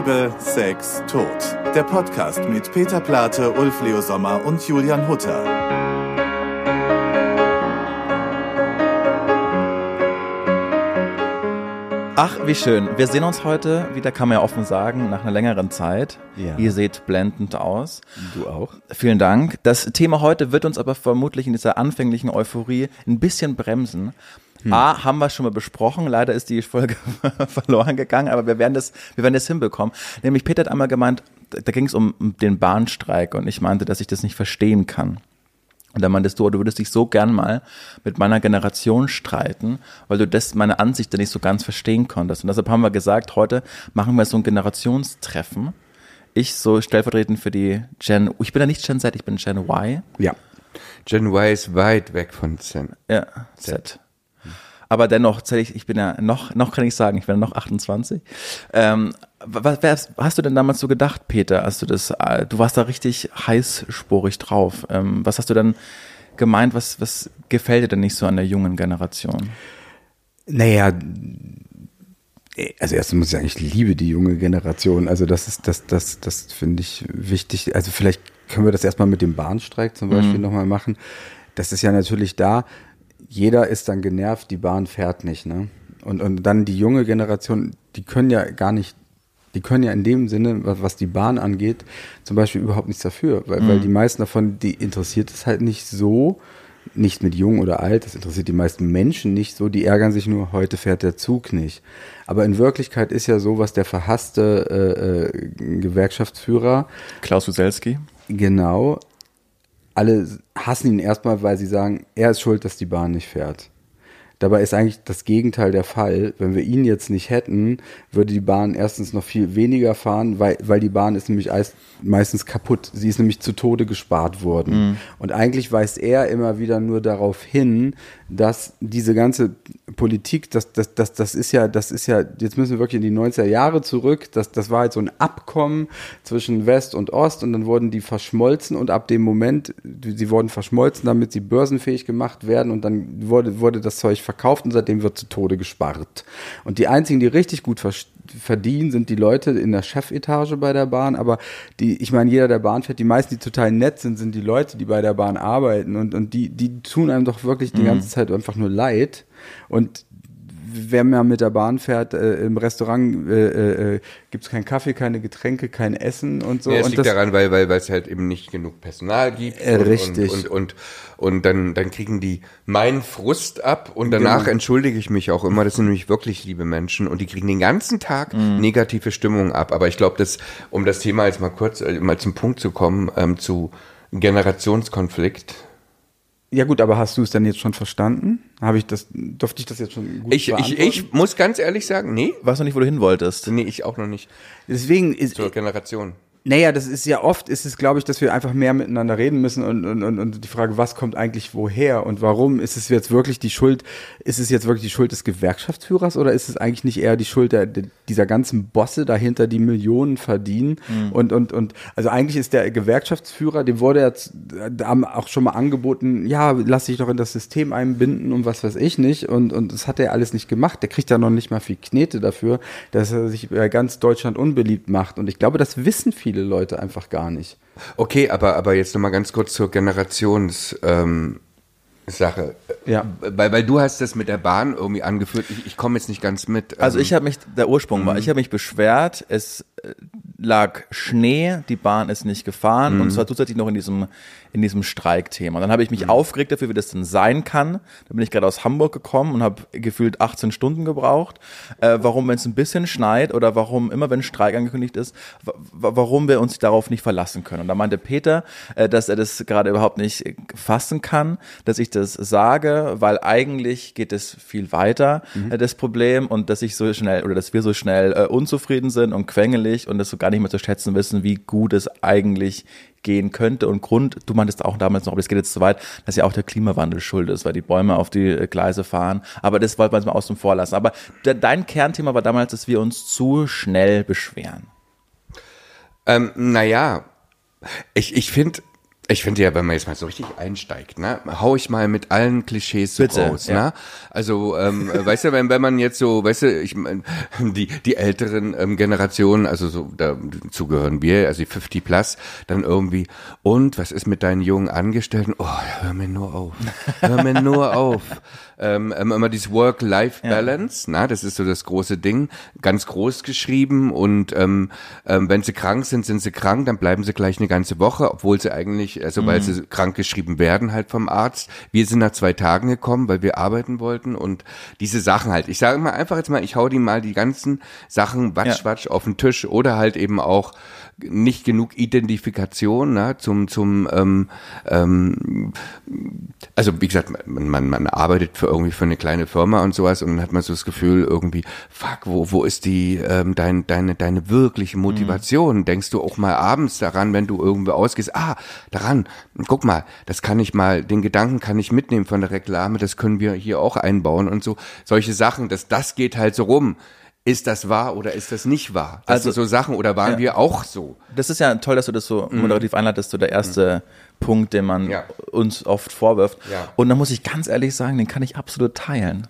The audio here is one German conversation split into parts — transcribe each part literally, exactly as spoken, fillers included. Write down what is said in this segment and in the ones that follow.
Liebe, Sex, Tod. Der Podcast mit Peter Plate, Ulf Leo Sommer und Julian Hutter. Ach, wie schön. Wir sehen uns heute wieder, kann man ja offen sagen, nach einer längeren Zeit. Ja. Ihr seht blendend aus. Du auch. Vielen Dank. Das Thema heute wird uns aber vermutlich in dieser anfänglichen Euphorie ein bisschen bremsen. Hm. A, haben wir schon mal besprochen. Leider ist die Folge verloren gegangen, aber wir werden das, wir werden das hinbekommen. Nämlich Peter hat einmal gemeint, da ging es um den Bahnstreik und ich meinte, dass ich das nicht verstehen kann. Und dann meintest du, du würdest dich so gern mal mit meiner Generation streiten, weil du das, meine Ansicht da nicht so ganz verstehen konntest. Und deshalb haben wir gesagt, heute machen wir so ein Generationstreffen. Ich so stellvertretend für die Gen, ich bin ja nicht Gen Z, ich bin Gen Y. Ja. Gen Y ist weit weg von Gen Ja, Z. Z. Aber dennoch, ich bin ja noch, noch kann ich sagen, ich bin ja noch achtundzwanzig. Ähm, was, was hast du denn damals so gedacht, Peter, als du das, du warst da richtig heißsporig drauf. Ähm, was hast du dann gemeint, was, was gefällt dir denn nicht so an der jungen Generation? Naja, also erstmal muss ich sagen, ich liebe die junge Generation. Also das ist, das, das, das finde ich wichtig. Also vielleicht können wir das erstmal mit dem Bahnstreik zum Beispiel mhm. nochmal machen. Das ist ja natürlich da. Jeder ist dann genervt, die Bahn fährt nicht, ne? Und, und dann die junge Generation, die können ja gar nicht, die können ja in dem Sinne, was, was die Bahn angeht, zum Beispiel überhaupt nichts dafür, weil, mhm. weil die meisten davon, die interessiert es halt nicht so, nicht mit jung oder alt, das interessiert die meisten Menschen nicht so, die ärgern sich nur, heute fährt der Zug nicht. Aber in Wirklichkeit ist ja so, was der verhasste äh, Gewerkschaftsführer Klaus Wieselski, genau, alle hassen ihn erstmal, weil sie sagen, er ist schuld, dass die Bahn nicht fährt. Dabei ist eigentlich das Gegenteil der Fall. Wenn wir ihn jetzt nicht hätten, würde die Bahn erstens noch viel weniger fahren, weil, weil die Bahn ist nämlich meistens kaputt. Sie ist nämlich zu Tode gespart worden. Mhm. Und eigentlich weist er immer wieder nur darauf hin, dass diese ganze Politik, das, das, das, das ist ja, das ist ja, jetzt müssen wir wirklich in die neunziger Jahre zurück. Das, das war halt so ein Abkommen zwischen West und Ost und dann wurden die verschmolzen und ab dem Moment, sie wurden verschmolzen, damit sie börsenfähig gemacht werden und dann wurde, wurde das Zeug verkauft und seitdem wird zu Tode gespart. Und die einzigen, die richtig gut ver- verdienen, sind die Leute in der Chefetage bei der Bahn, aber die, ich meine, jeder, der Bahn fährt, die meisten, die total nett sind, sind die Leute, die bei der Bahn arbeiten und, und die, die tun einem doch wirklich die mhm. ganze Zeit einfach nur leid und wer mehr mit der Bahn fährt, äh, im Restaurant äh, äh, gibt es keinen Kaffee, keine Getränke, kein Essen und so. Ja, es und liegt das, daran, weil weil weil es halt eben nicht genug Personal gibt. Äh, und, richtig. Und, und, und, und dann, dann kriegen die meinen Frust ab und danach genau. entschuldige ich mich auch immer. Das sind nämlich wirklich liebe Menschen und die kriegen den ganzen Tag mhm. negative Stimmung ab. Aber ich glaube, dass um das Thema jetzt mal kurz äh, mal zum Punkt zu kommen, ähm, zu Generationskonflikt. Ja gut, aber hast du es denn jetzt schon verstanden? Habe ich das, durfte ich das jetzt schon gut ich, ich, ich muss ganz ehrlich sagen, nee. Weißt du nicht, wo du hin wolltest? Nee, ich auch noch nicht. Deswegen ist zur Generation. Naja, das ist ja oft, ist es, glaube ich, dass wir einfach mehr miteinander reden müssen und, und, und, und die Frage, was kommt eigentlich woher und warum? Ist es jetzt wirklich die Schuld, ist es jetzt wirklich die Schuld des Gewerkschaftsführers oder ist es eigentlich nicht eher die Schuld der, der, dieser ganzen Bosse dahinter, die Millionen verdienen? Mhm. Und, und, und, also eigentlich ist der Gewerkschaftsführer, dem wurde jetzt, da haben auch schon mal angeboten, ja, lass dich doch in das System einbinden und was weiß ich nicht und, und das hat er alles nicht gemacht. Der kriegt ja noch nicht mal viel Knete dafür, dass er sich bei ganz Deutschland unbeliebt macht und ich glaube, das wissen viele Viele Leute einfach gar nicht. Okay, aber, aber jetzt nochmal ganz kurz zur Generationssache. Ähm, ja. Weil, weil du hast das mit der Bahn irgendwie angeführt. Ich, ich komme jetzt nicht ganz mit. Ähm, also ich habe mich, der Ursprung war, ich habe mich beschwert, es lag Schnee, die Bahn ist nicht gefahren mhm. und zwar zusätzlich noch in diesem in diesem Streikthema. Dann habe ich mich mhm. aufgeregt dafür, wie das denn sein kann. Dann bin ich gerade aus Hamburg gekommen und habe gefühlt achtzehn Stunden gebraucht. Äh, warum, wenn es ein bisschen schneit oder warum immer, wenn Streik angekündigt ist, w- warum wir uns darauf nicht verlassen können. Und da meinte Peter, äh, dass er das gerade überhaupt nicht fassen kann, dass ich das sage, weil eigentlich geht es viel weiter, mhm. äh, das Problem, und dass ich so schnell oder dass wir so schnell äh, unzufrieden sind und quengelig und das so gar nicht mehr zu schätzen wissen, wie gut es eigentlich gehen könnte. Und Grund, du meintest auch damals noch, aber das geht jetzt zu weit, dass ja auch der Klimawandel schuld ist, weil die Bäume auf die Gleise fahren. Aber das wollten wir jetzt mal außen vor lassen. Aber de- dein Kernthema war damals, dass wir uns zu schnell beschweren. Ähm, naja, ich, ich finde, Ich finde ja, wenn man jetzt mal so richtig einsteigt, ne, hau ich mal mit allen Klischees so Bitte, raus, ja. ne? Also, ähm, weißt du, wenn, wenn man jetzt so, weißt du, ich mein, die die älteren ähm, Generationen, also so dazu gehören wir, also die fünfzig plus, dann irgendwie, und was ist mit deinen jungen Angestellten? Oh, hör mir nur auf, hör mir nur auf. Ähm, immer dieses Work-Life-Balance, ja. Na, das ist so das große Ding, ganz groß geschrieben und ähm, ähm, wenn sie krank sind, sind sie krank, dann bleiben sie gleich eine ganze Woche, obwohl sie eigentlich, also weil mhm. sie krank geschrieben werden halt vom Arzt. Wir sind nach zwei Tagen gekommen, weil wir arbeiten wollten und diese Sachen halt. Ich sage mal einfach jetzt mal, ich hau die mal die ganzen Sachen watsch, ja. watsch auf den Tisch oder halt eben auch nicht genug Identifikation, ne, zum zum ähm, ähm, also wie gesagt, man, man man arbeitet für irgendwie für eine kleine Firma und sowas und dann hat man so das Gefühl irgendwie, fuck, wo wo ist die ähm, dein, deine deine wirkliche Motivation? Mhm. Denkst du auch mal abends daran, wenn du irgendwo ausgehst, ah, daran, guck mal, das kann ich mal, den Gedanken kann ich mitnehmen von der Reklame, das können wir hier auch einbauen und so, solche Sachen, das das geht halt so rum. Ist das wahr oder ist das nicht wahr? Das also sind so Sachen, oder waren ja. wir auch so? Das ist ja toll, dass du das so mhm. moderativ einleitest, so der erste mhm. Punkt, den man ja. uns oft vorwirft. Ja. Und da muss ich ganz ehrlich sagen, den kann ich absolut teilen.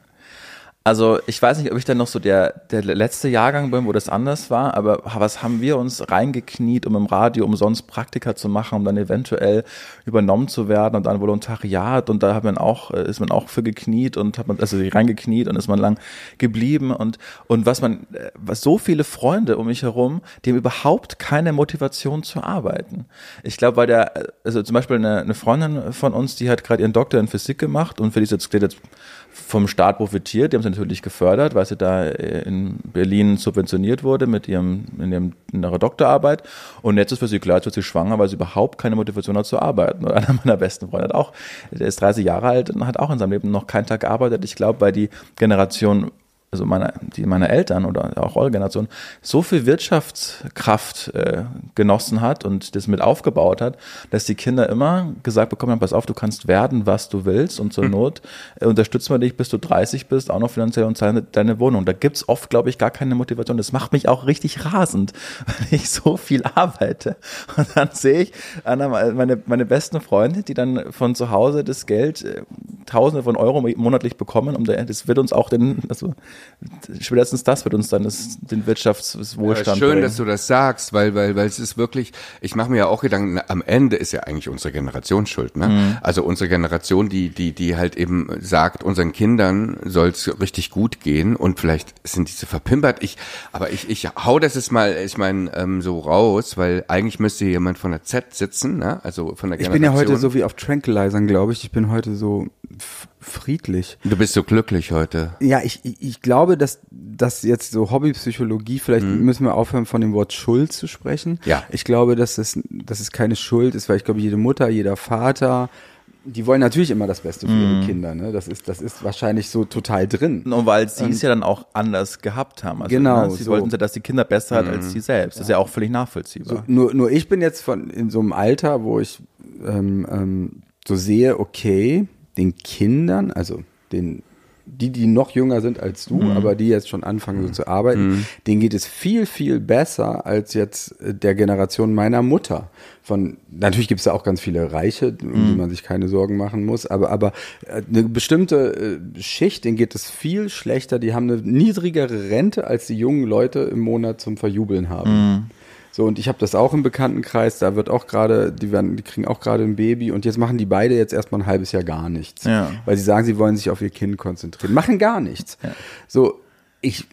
Also ich weiß nicht, ob ich dann noch so der der letzte Jahrgang bin, wo das anders war, aber was haben wir uns reingekniet, um im Radio umsonst Praktika zu machen, um dann eventuell übernommen zu werden und dann Volontariat und da hat man auch ist man auch für gekniet und hat man also reingekniet und ist man lang geblieben und und was man was so viele Freunde um mich herum, die haben überhaupt keine Motivation zu arbeiten. Ich glaube, weil der also zum Beispiel eine, eine Freundin von uns, die hat gerade ihren Doktor in Physik gemacht und für die jetzt jetzt vom Staat profitiert, die haben sie natürlich gefördert, weil sie da in Berlin subventioniert wurde mit ihrem, in, ihrem, in ihrer Doktorarbeit und jetzt ist für sie klar, jetzt wird sie schwanger, weil sie überhaupt keine Motivation hat zu arbeiten. Und einer meiner besten Freunde hat auch, der ist dreißig Jahre alt und hat auch in seinem Leben noch keinen Tag gearbeitet. Ich glaube, weil die Generation also meine, die meine Eltern oder auch eure Generation so viel Wirtschaftskraft äh, genossen hat und das mit aufgebaut hat, dass die Kinder immer gesagt bekommen haben, pass auf, du kannst werden, was du willst und zur mhm. Not äh, unterstützen wir dich, bis du dreißig bist, auch noch finanziell und zahlen deine Wohnung. Da gibt's oft, glaube ich, gar keine Motivation. Das macht mich auch richtig rasend, weil ich so viel arbeite. Und dann sehe ich Anna, meine, meine besten Freunde, die dann von zu Hause das Geld, äh, Tausende von Euro monatlich bekommen, um das wird uns auch den, also spätestens das wird uns dann das, den Wirtschaftswohlstand ja, schön, bringen. dass du das sagst, weil weil weil es ist wirklich, ich mache mir ja auch Gedanken, am Ende ist ja eigentlich unsere Generation schuld, ne? Mhm. Also unsere Generation, die die die halt eben sagt, unseren Kindern soll es richtig gut gehen und vielleicht sind diese verpimpert. Ich, aber ich ich hau das jetzt mal, ich meine ähm, so raus, weil eigentlich müsste hier jemand von der Z sitzen, ne? Also von der Generation. Ich bin ja heute so wie auf Tranquilizern, glaube ich. Ich bin heute so f- friedlich. Du bist so glücklich heute. Ja, ich ich, ich glaube, dass dass jetzt so Hobbypsychologie, vielleicht mhm. müssen wir aufhören von dem Wort Schuld zu sprechen. Ja. Ich glaube, dass es dass es keine Schuld ist, weil ich glaube, jede Mutter, jeder Vater, die wollen natürlich immer das Beste für ihre mm. Kinder, ne? Das ist, das ist wahrscheinlich so total drin. Und weil sie es ja dann auch anders gehabt haben. Also, genau. Ne? Sie so. wollten ja, dass die Kinder besser hat mm. als sie selbst. Das ja. ist ja auch völlig nachvollziehbar. So, nur, nur ich bin jetzt von in so einem Alter, wo ich ähm, ähm, so sehe, okay, den Kindern, also den die, die noch jünger sind als du, mm. aber die jetzt schon anfangen so zu arbeiten, mm. denen geht es viel, viel besser als jetzt der Generation meiner Mutter. Von, natürlich gibt es da auch ganz viele Reiche, um mm. die man sich keine Sorgen machen muss, aber, aber eine bestimmte Schicht, denen geht es viel schlechter, die haben eine niedrigere Rente, als die jungen Leute im Monat zum Verjubeln haben. Mm. So, und ich habe das auch im Bekanntenkreis, da wird auch gerade, die werden, die kriegen auch gerade ein Baby und jetzt machen die beide jetzt erstmal ein halbes Jahr gar nichts. Ja. Weil sie sagen, sie wollen sich auf ihr Kind konzentrieren. Machen gar nichts. Ja. So, ich,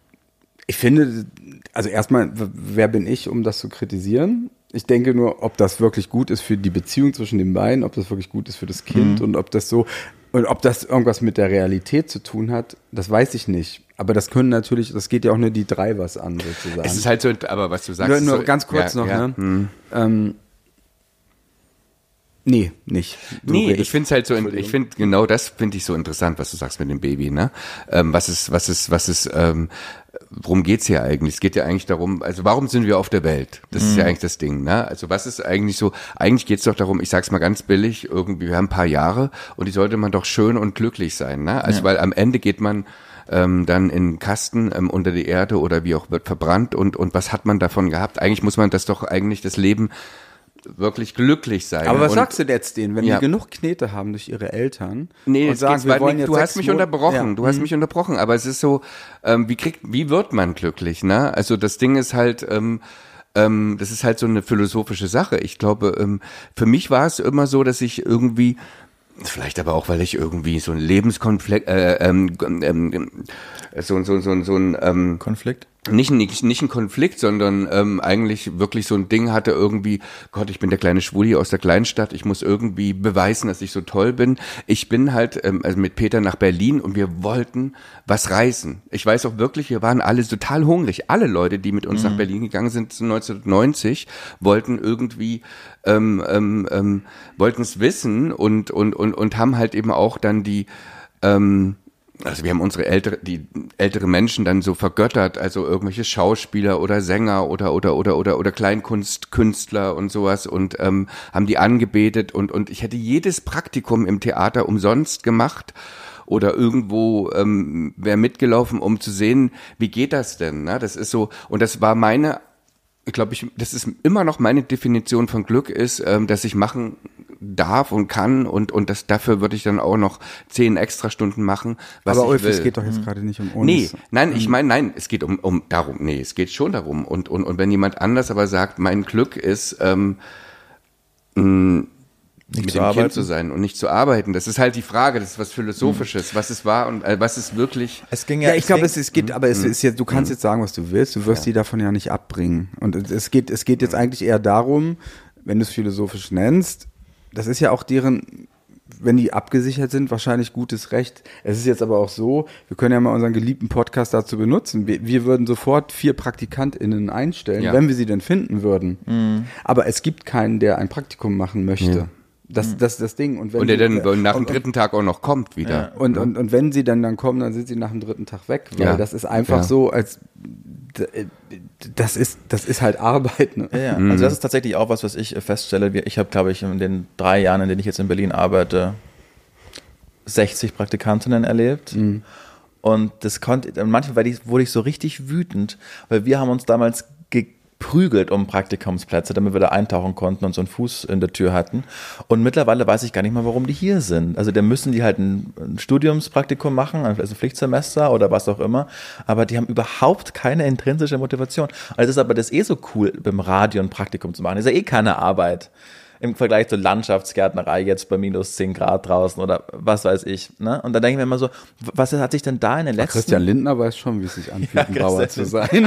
ich finde, also erstmal, wer bin ich, um das zu kritisieren? Ich denke nur, ob das wirklich gut ist für die Beziehung zwischen den beiden, ob das wirklich gut ist für das Kind mhm. und ob das so, und ob das irgendwas mit der Realität zu tun hat, das weiß ich nicht. Aber das können natürlich, das geht ja auch nur die drei was an, sozusagen. Es ist halt so, aber was du sagst. Nur, nur so, ganz kurz ja, noch, ja. ne? Mhm. Ähm, nee, nicht. Du nee, redest. ich finde es halt so, ich finde, genau das finde ich so interessant, was du sagst mit dem Baby, ne? Ähm, was ist, was ist, was ist, ähm, worum geht's hier eigentlich? Es geht ja eigentlich darum, also warum sind wir auf der Welt? Das mhm. ist ja eigentlich das Ding, ne? Also was ist eigentlich so, eigentlich geht's doch darum, ich sag's mal ganz billig, irgendwie, wir haben ein paar Jahre und die sollte man doch schön und glücklich sein, ne? Also ja. weil am Ende geht man ähm, dann in einen Kasten ähm, unter die Erde oder wie auch wird verbrannt und und was hat man davon gehabt? Eigentlich muss man das doch eigentlich das Leben wirklich glücklich sein. Aber was und, sagst du jetzt denen, wenn ja. die genug Knete haben durch ihre Eltern? Nee, und es sagen, geht's wir weit wollen nicht. jetzt Du hast sechs mich Mon- unterbrochen, Ja. du hast Mhm. mich unterbrochen, aber es ist so, ähm, wie kriegt, wie wird man glücklich, ne? Also das Ding ist halt, ähm, ähm, das ist halt so eine philosophische Sache. Ich glaube, ähm, für mich war es immer so, dass ich irgendwie, vielleicht aber auch, weil ich irgendwie so ein Lebenskonflikt, äh, ähm, ähm, so, so, so, so ein, ähm, Konflikt? Nicht, nicht, nicht ein Konflikt, sondern ähm, eigentlich wirklich so ein Ding hatte irgendwie, Gott, ich bin der kleine Schwuli aus der Kleinstadt, ich muss irgendwie beweisen, dass ich so toll bin. Ich bin halt ähm, also mit Peter nach Berlin und wir wollten was reißen. Ich weiß auch wirklich, wir waren alle total hungrig. Alle Leute, die mit uns mhm. nach Berlin gegangen sind neunzehnhundertneunzig, wollten irgendwie, ähm, ähm, ähm, wollten es wissen und, und, und, und haben halt eben auch dann die, ähm, also wir haben unsere ältere, die ältere Menschen dann so vergöttert, also irgendwelche Schauspieler oder Sänger oder oder oder oder oder Kleinkunstkünstler und sowas und ähm, haben die angebetet und und ich hätte jedes Praktikum im Theater umsonst gemacht oder irgendwo ähm, wäre mitgelaufen, um zu sehen, wie geht das denn? Ne? Das ist so und das war meine, ich glaube, ich, das ist immer noch meine Definition von Glück ist, ähm, dass ich machen darf und kann und und das dafür würde ich dann auch noch zehn extra Stunden machen, was Aber ich Ulf, will. es geht doch jetzt mhm. gerade nicht um uns. Nee, nein, ich meine, nein, es geht um um darum, nee, es geht schon darum und und und wenn jemand anders aber sagt, mein Glück ist ähm, mh, Nicht mit zu dem arbeiten. Kind zu sein und nicht zu arbeiten. Das ist halt die Frage, das ist was Philosophisches, was es war und äh, was es wirklich. Es ging Ja, ja, ich glaube, ging- es, es geht, aber es ist jetzt, du kannst jetzt sagen, was du willst, du wirst die davon ja nicht abbringen. Und es- es geht, es geht jetzt eigentlich eher darum, wenn du es philosophisch nennst, das ist ja auch deren, wenn die abgesichert sind, wahrscheinlich gutes Recht. Es ist jetzt aber auch so, wir können ja mal unseren geliebten Podcast dazu benutzen. Wir, wir würden sofort vier PraktikantInnen einstellen, Ja. wenn wir sie denn finden würden. Aber es gibt keinen, der ein Praktikum machen möchte. Ja. Das, das ist das Ding. Und, wenn Und der die- dann nach dem und- dritten Tag auch noch kommt wieder. und, und, und wenn sie dann dann kommen, dann sind sie nach dem dritten Tag weg, weil Ja. das ist einfach Ja. so, als das ist das ist halt Arbeit. Ne? Ja, ja. Also das ist tatsächlich auch was, was ich feststelle. Wir- Ich habe, glaube ich, in den drei Jahren, in denen ich jetzt in Berlin arbeite, sechzig Praktikantinnen erlebt. Und das konnte, manchmal wurde ich, wurde ich so richtig wütend, weil wir haben uns damals geprügelt um Praktikumsplätze, damit wir da eintauchen konnten und so einen Fuß in der Tür hatten. Und mittlerweile weiß ich gar nicht mal, warum die hier sind. Also da müssen die halt ein, ein Studiumspraktikum machen, also ein Pflichtsemester oder was auch immer. Aber die haben überhaupt keine intrinsische Motivation. Und es ist aber das eh so cool, beim Radio ein Praktikum zu machen. Das ist ja eh keine Arbeit. Im Vergleich zur Landschaftsgärtnerei jetzt bei minus zehn Grad draußen oder was weiß ich. Ne? Und dann denke ich mir immer so, was hat sich denn da in den letzten... Christian Lindner weiß schon, wie es sich anfühlt, ein Bauer zu Christian sein.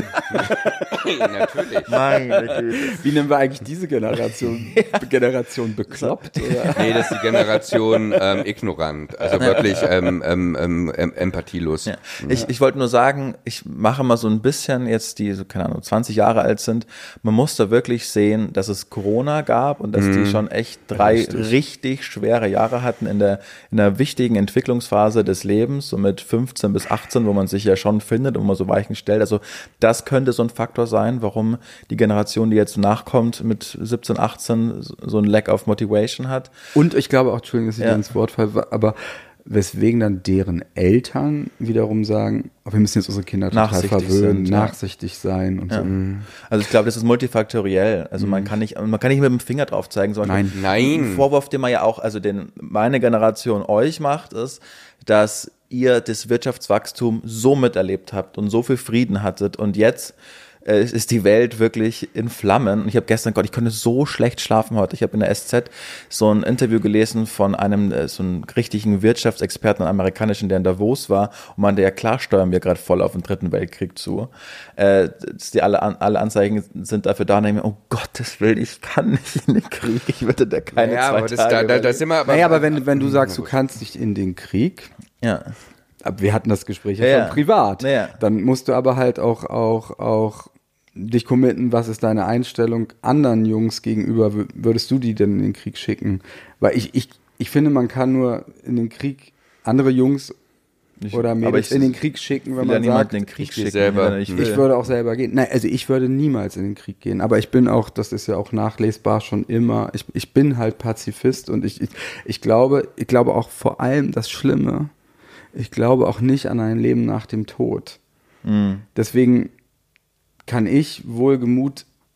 Natürlich. Meine Güte. Wie nennen wir eigentlich diese Generation? Generation bekloppt? Oder? Nee, das ist die Generation ähm, ignorant, also wirklich ähm, ähm, ähm, ähm, empathielos. Ja. Ich, ich wollte nur sagen, ich mache mal so ein bisschen jetzt, die, so, keine Ahnung, zwanzig Jahre alt sind, man muss da wirklich sehen, dass es Corona gab und dass die schon echt drei richtig. richtig schwere Jahre hatten in der, in der wichtigen Entwicklungsphase des Lebens, so mit fünfzehn bis achtzehn, wo man sich ja schon findet und wo man so Weichen stellt. Also das könnte so ein Faktor sein, warum die Generation, die jetzt nachkommt mit siebzehn, achtzehn, so ein Lack of Motivation hat. Und ich glaube auch, Entschuldigung, dass ich Ja. dir ins Wort falle, aber weswegen dann deren Eltern wiederum sagen, oh, wir müssen jetzt unsere Kinder total Nachsichtig verwöhnen, sind, ja. nachsichtig sein und Ja. so. Also ich glaube, das ist multifaktoriell. Also man kann nicht, man kann nicht mit dem Finger drauf zeigen, sondern Nein. Nein. ein Vorwurf, den man ja auch, also den meine Generation euch macht, ist, dass ihr das Wirtschaftswachstum so miterlebt habt und so viel Frieden hattet und jetzt äh, ist die Welt wirklich in Flammen. Und ich habe gestern, Gott, ich konnte so schlecht schlafen heute. Ich habe in der S Z so ein Interview gelesen von einem, äh, so einem richtigen Wirtschaftsexperten, einem amerikanischen, der in Davos war und meinte, ja klar steuern wir gerade voll auf den dritten Weltkrieg zu. Äh, dass die alle, alle Anzeichen sind dafür da und ich denke mir, oh Gottes Willen, ich kann nicht in den Krieg, ich würde da keine Ja, zwei aber das, Tage da, da, da überleben. sind wir aber. Naja, aber wenn, wenn du sagst, du kannst nicht in den Krieg, Ja. aber wir hatten das Gespräch ja, Ja, schon ja. privat, Ja, ja. dann musst du aber halt auch, auch, auch dich committen, was ist deine Einstellung anderen Jungs gegenüber, W- würdest du die denn in den Krieg schicken? Weil ich, ich, ich finde, man kann nur in den Krieg andere Jungs Ich- oder aber Mädels ich in den Krieg schicken, wenn will ja man niemanden sagt, in den Krieg ich gehe schicken, selber. wenn er nicht will. ich würde auch selber gehen. Nein, also ich würde niemals in den Krieg gehen. Aber ich bin auch, das ist ja auch nachlesbar schon immer, ich, ich bin halt Pazifist und ich, ich, ich glaube, ich glaube auch vor allem das Schlimme, ich glaube auch nicht an ein Leben nach dem Tod. Mhm. Deswegen kann ich wohlgemut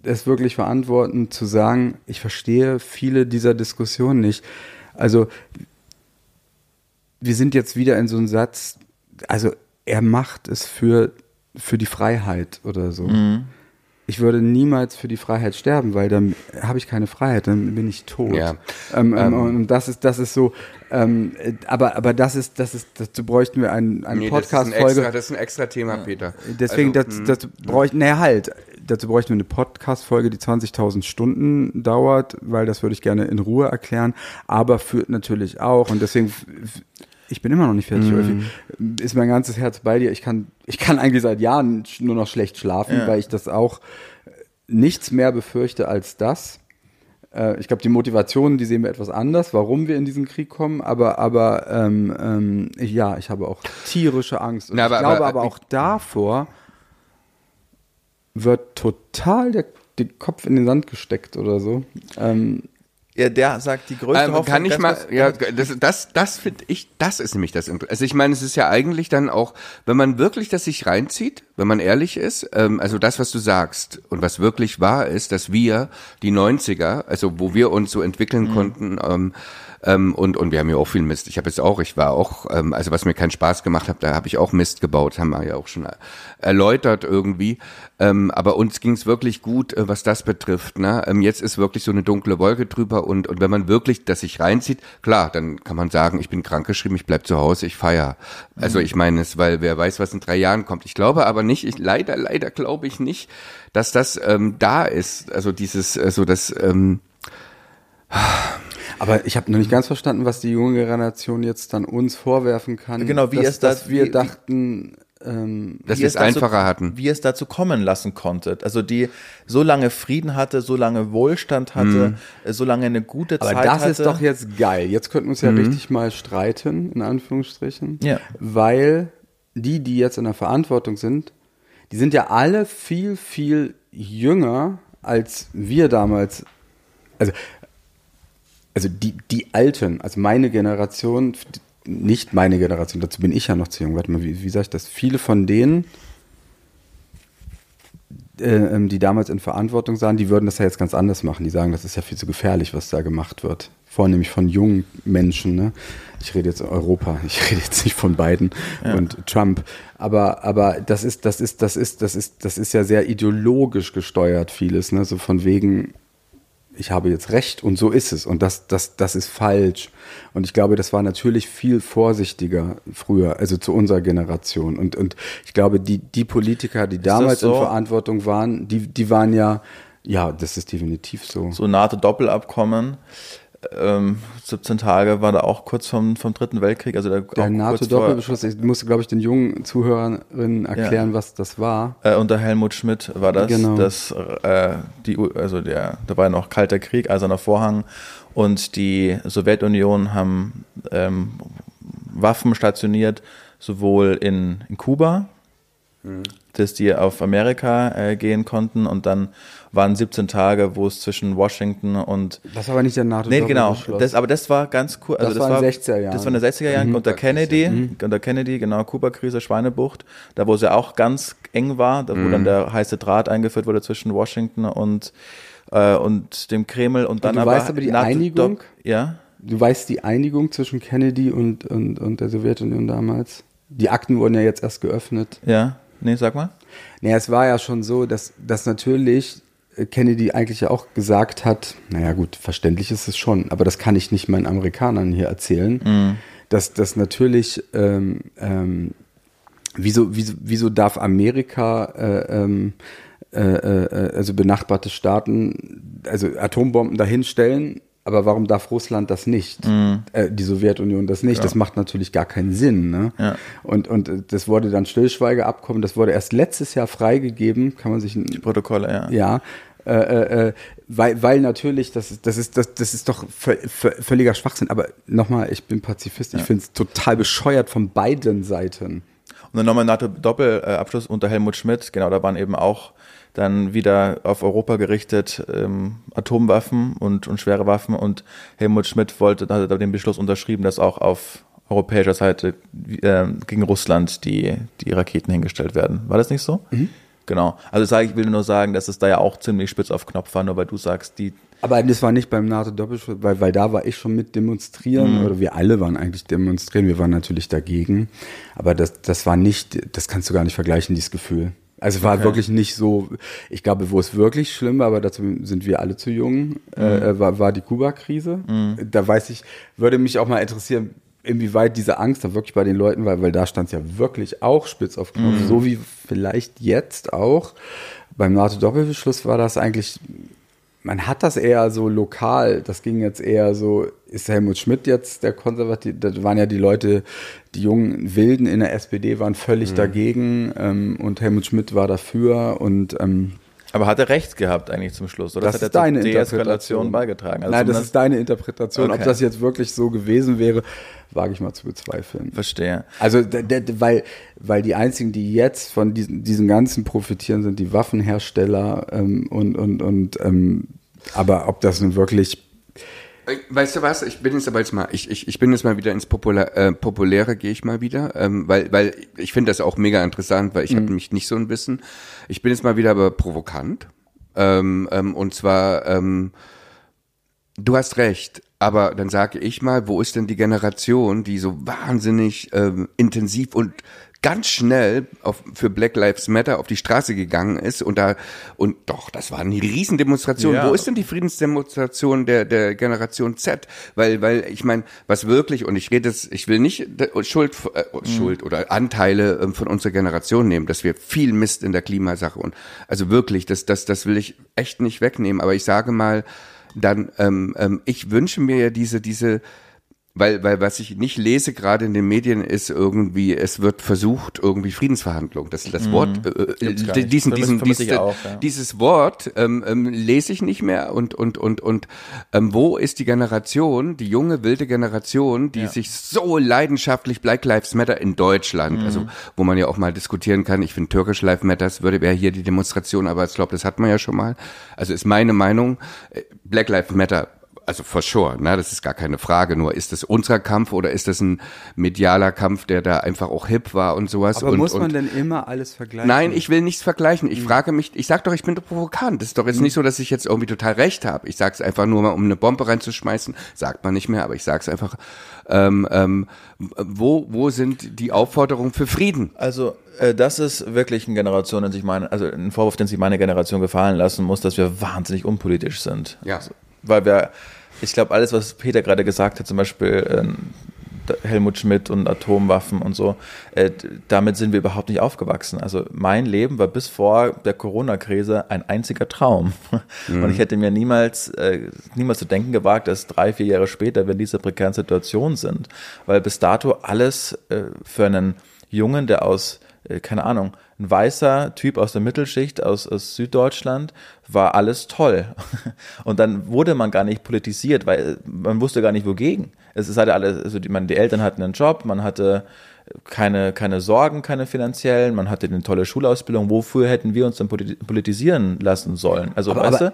es wirklich verantworten, zu sagen, ich verstehe viele dieser Diskussionen nicht. Also wir sind jetzt wieder in so einem Satz, also er macht es für, für die Freiheit oder so. Mhm. Ich würde niemals für die Freiheit sterben, weil dann habe ich keine Freiheit, dann bin ich tot. Ja. Ähm, ähm, und das ist, das ist so, ähm, aber, aber das ist, das ist, dazu bräuchten wir einen, eine nee, Podcast-Folge. Das, das ist ein extra Thema, Peter. Deswegen, also, das, das bräuchten, naja, halt, dazu bräuchten wir eine Podcast-Folge, die zwanzigtausend Stunden dauert, weil das würde ich gerne in Ruhe erklären, aber führt natürlich auch und deswegen, ich bin immer noch nicht fertig, mm. ist mein ganzes Herz bei dir. Ich kann, ich kann eigentlich seit Jahren nur noch schlecht schlafen, ja. weil ich das auch nichts mehr befürchte als das. Äh, ich glaube, die Motivationen, die sehen wir etwas anders, warum wir in diesen Krieg kommen, aber, aber ähm, ähm, ja, ich habe auch tierische Angst. Und Na, aber, ich glaube aber, aber auch davor wird total der, der Kopf in den Sand gesteckt oder so. Ähm, Ja, der sagt, die größte ähm, Hoffnung... Kann ich mal, ja, das, das, das finde ich, das ist nämlich das Interessante. Also ich meine, es ist ja eigentlich dann auch, wenn man wirklich das sich reinzieht, wenn man ehrlich ist, ähm, also das, was du sagst und was wirklich wahr ist, dass wir, die neunziger, also wo wir uns so entwickeln mhm. konnten, ähm, ähm, und und wir haben ja auch viel Mist. Ich habe jetzt auch, ich war auch, ähm, also was mir keinen Spaß gemacht hat, da habe ich auch Mist gebaut, haben wir ja auch schon erläutert irgendwie. Ähm, aber uns ging es wirklich gut, äh, was das betrifft. Ne? Ähm, jetzt ist wirklich so eine dunkle Wolke drüber und und wenn man wirklich das sich reinzieht, klar, dann kann man sagen, ich bin krankgeschrieben, ich bleib zu Hause, ich feiere. Also ich meine es, weil wer weiß, was in drei Jahren kommt. Ich glaube aber nicht, ich leider, leider glaube ich nicht, dass das ähm, da ist. Also dieses, äh, so das ähm, Aber ich habe noch nicht ganz verstanden, was die junge Generation jetzt dann uns vorwerfen kann. Genau, wie dass, es das, dass wir wie, dachten, ähm, dass wir es einfacher dazu, hatten. Wie es dazu kommen lassen konnte. Also die so lange Frieden hatte, so lange Wohlstand hatte, mm. so lange eine gute Aber Zeit hatte. Aber das ist doch jetzt geil. Jetzt könnten wir uns ja mm. richtig mal streiten, in Anführungsstrichen. Ja. Weil die, die jetzt in der Verantwortung sind, die sind ja alle viel, viel jünger als wir damals. Also Also die, die Alten, also meine Generation, nicht meine Generation, dazu bin ich ja noch zu jung, warte mal, wie, wie sage ich das? Viele von denen, äh, die damals in Verantwortung sahen, die würden das ja jetzt ganz anders machen. Die sagen, das ist ja viel zu gefährlich, was da gemacht wird. Vornehmlich von jungen Menschen, ne? Ich rede jetzt Europa, ich rede jetzt nicht von Biden ja. und Trump. Aber, aber das ist, das ist, das ist, das ist, das ist ja sehr ideologisch gesteuert, vieles, ne? So von wegen, ich habe jetzt recht und so ist es und das, das, das ist falsch. Und ich glaube, das war natürlich viel vorsichtiger früher, also zu unserer Generation. Und, und ich glaube, die, die Politiker, die damals so? in Verantwortung waren, die, die waren ja, ja, das ist definitiv so. So NATO-Doppelabkommen. Ähm, siebzehn Tage war da auch kurz vom, vom Dritten Weltkrieg. Also der, der NATO-Doppelbeschluss, ich musste, glaube ich, den jungen Zuhörerinnen erklären, ja. was das war. Äh, unter Helmut Schmidt war das. Genau. das äh, die, also der, da war noch Kalter Krieg, Eiserner Vorhang und die Sowjetunion haben ähm, Waffen stationiert, sowohl in, in Kuba, mhm. dass die auf Amerika äh, gehen konnten und dann waren siebzehn Tage, wo es zwischen Washington und... Das war aber nicht der NATO. Nee, genau. Das, aber das war ganz cool. Also das, das war in den sechziger Jahren. Das war in den sechziger Jahren mhm. unter Kennedy. Mhm. Unter Kennedy, genau, Kuba-Krise, Schweinebucht. Da, wo es ja auch ganz eng war, da, wo mhm. dann der heiße Draht eingeführt wurde zwischen Washington und, äh, und dem Kreml. Und dann und du aber... weißt aber die NATO Einigung? Ja. Du weißt die Einigung zwischen Kennedy und, und, und der Sowjetunion damals? Die Akten wurden ja jetzt erst geöffnet. Ja. Nee, sag mal. Naja, es war ja schon so, dass, dass natürlich Kennedy eigentlich ja auch gesagt hat, naja gut, verständlich ist es schon, aber das kann ich nicht meinen Amerikanern hier erzählen, mm. dass das natürlich, ähm, ähm, wieso, wieso, wieso darf Amerika, äh, ähm, äh, äh, also benachbarte Staaten, also Atombomben dahinstellen, aber warum darf Russland das nicht? Mm. Äh, die Sowjetunion das nicht? Ja. Das macht natürlich gar keinen Sinn. Ne? Ja. Und, und das wurde dann Stillschweigeabkommen, das wurde erst letztes Jahr freigegeben, kann man sich... Die Protokolle, ja. Ja, äh, äh, weil, weil natürlich, das ist, das ist, das, das ist doch völliger Schwachsinn. Aber nochmal, ich bin Pazifist, ja. ich finde es total bescheuert von beiden Seiten. Und dann nochmal NATO-Doppelabschluss unter Helmut Schmidt, genau, da waren eben auch dann wieder auf Europa gerichtet ähm, Atomwaffen und, und schwere Waffen und Helmut Schmidt wollte, hat den Beschluss unterschrieben, dass auch auf europäischer Seite äh, gegen Russland die, die Raketen hingestellt werden. War das nicht so? Mhm. Genau. Also sag, ich will nur sagen, dass es da ja auch ziemlich spitz auf Knopf war, nur weil du sagst, die... Aber das war nicht beim NATO-Doppelschutz, weil, weil da war ich schon mit demonstrieren, mhm. oder wir alle waren eigentlich demonstrieren, wir waren natürlich dagegen, aber das, das war nicht, das kannst du gar nicht vergleichen, dieses Gefühl. Also es war okay. wirklich nicht so, ich glaube, wo es wirklich schlimm war, aber dazu sind wir alle zu jung, mhm. äh, war, war die Kuba-Krise. Mhm. Da weiß ich, würde mich auch mal interessieren, inwieweit diese Angst da wirklich bei den Leuten war, weil da stand es ja wirklich auch spitz auf Knopf, mhm. so wie vielleicht jetzt auch. Beim NATO-Doppelbeschluss war das eigentlich, man hat das eher so lokal, das ging jetzt eher so, ist Helmut Schmidt jetzt der Konservative, das waren ja die Leute, die jungen Wilden in der S P D waren völlig mhm. dagegen ähm, und Helmut Schmidt war dafür und ähm, aber hat er recht gehabt eigentlich zum Schluss? Oder das das hat ist deine zur Deeskalation Interpretation beigetragen? Also Nein, das ist deine Interpretation. Okay. Ob das jetzt wirklich so gewesen wäre, wage ich mal zu bezweifeln. Verstehe. Also, d- d- weil, weil die einzigen, die jetzt von diesen, diesen ganzen profitieren, sind die Waffenhersteller ähm, und, und, und ähm, aber ob das nun wirklich... Weißt du was, ich bin jetzt aber jetzt mal, ich, ich, ich bin jetzt mal wieder ins Popula- äh, Populäre, gehe ich mal wieder, ähm, weil, weil ich finde das auch mega interessant, weil ich mhm. habe nämlich nicht so ein Wissen. Ich bin jetzt mal wieder aber provokant, ähm, ähm, und zwar, ähm, du hast recht, aber dann sage ich mal, wo ist denn die Generation, die so wahnsinnig ähm, intensiv und ganz schnell auf, für Black Lives Matter auf die Straße gegangen ist und da, und doch, das war eine Riesendemonstration. Ja. Wo ist denn die Friedensdemonstration der, der Generation Z? Weil, weil, ich meine, was wirklich, und ich rede jetzt, ich will nicht Schuld, äh, mhm. Schuld oder Anteile äh, von unserer Generation nehmen, dass wir viel Mist in der Klimasache und, also wirklich, das, das, das will ich echt nicht wegnehmen, aber ich sage mal, dann, ähm, ähm, ich wünsche mir ja diese, diese, Weil, weil was ich nicht lese gerade in den Medien ist irgendwie, es wird versucht irgendwie Friedensverhandlung. Das, das Mhm. Wort, äh, diesen, diesen, diesen, auch, ja. dieses Wort ähm, ähm, lese ich nicht mehr und und und und ähm, wo ist die Generation, die junge wilde Generation, die Ja. sich so leidenschaftlich Black Lives Matter in Deutschland, Mhm. also wo man ja auch mal diskutieren kann. Ich finde Türkisch Lives Matters würde wäre hier die Demonstration, aber ich glaube, das hat man ja schon mal. Also ist meine Meinung, Black Lives Matter. Also for sure, ne, das ist gar keine Frage. Nur ist das unser Kampf oder ist das ein medialer Kampf, der da einfach auch hip war und sowas? Aber und, muss man und, denn immer alles vergleichen? Nein, ich will nichts vergleichen. Ich mhm. frage mich, ich sag doch, ich bin doch provokant. Das ist doch jetzt mhm. nicht so, dass ich jetzt irgendwie total recht habe. Ich sag's einfach nur mal, um eine Bombe reinzuschmeißen. Sagt man nicht mehr, aber ich sag's einfach. Ähm, ähm, wo, wo sind die Aufforderungen für Frieden? Also äh, das ist wirklich eine Generation, den sich meine, also ein Vorwurf, den sich meine Generation gefallen lassen muss, dass wir wahnsinnig unpolitisch sind. Ja. Also, weil wir, ich glaube, alles, was Peter gerade gesagt hat, zum Beispiel ähm, Helmut Schmidt und Atomwaffen und so, äh, damit sind wir überhaupt nicht aufgewachsen. Also mein Leben war bis vor der Corona-Krise ein einziger Traum. Mhm. Und ich hätte mir niemals, äh, niemals zu denken gewagt, dass drei, vier Jahre später wir in dieser prekären Situation sind. Weil bis dato alles äh, für einen Jungen, der aus, äh, keine Ahnung, ein weißer Typ aus der Mittelschicht, aus, aus Süddeutschland, war alles toll. Und dann wurde man gar nicht politisiert, weil man wusste gar nicht, wogegen. Es ist halt alles, also die, man, die Eltern hatten einen Job, man hatte keine, keine Sorgen, keine finanziellen, man hatte eine tolle Schulausbildung. Wofür hätten wir uns dann politisieren lassen sollen? Also, aber, weißt aber,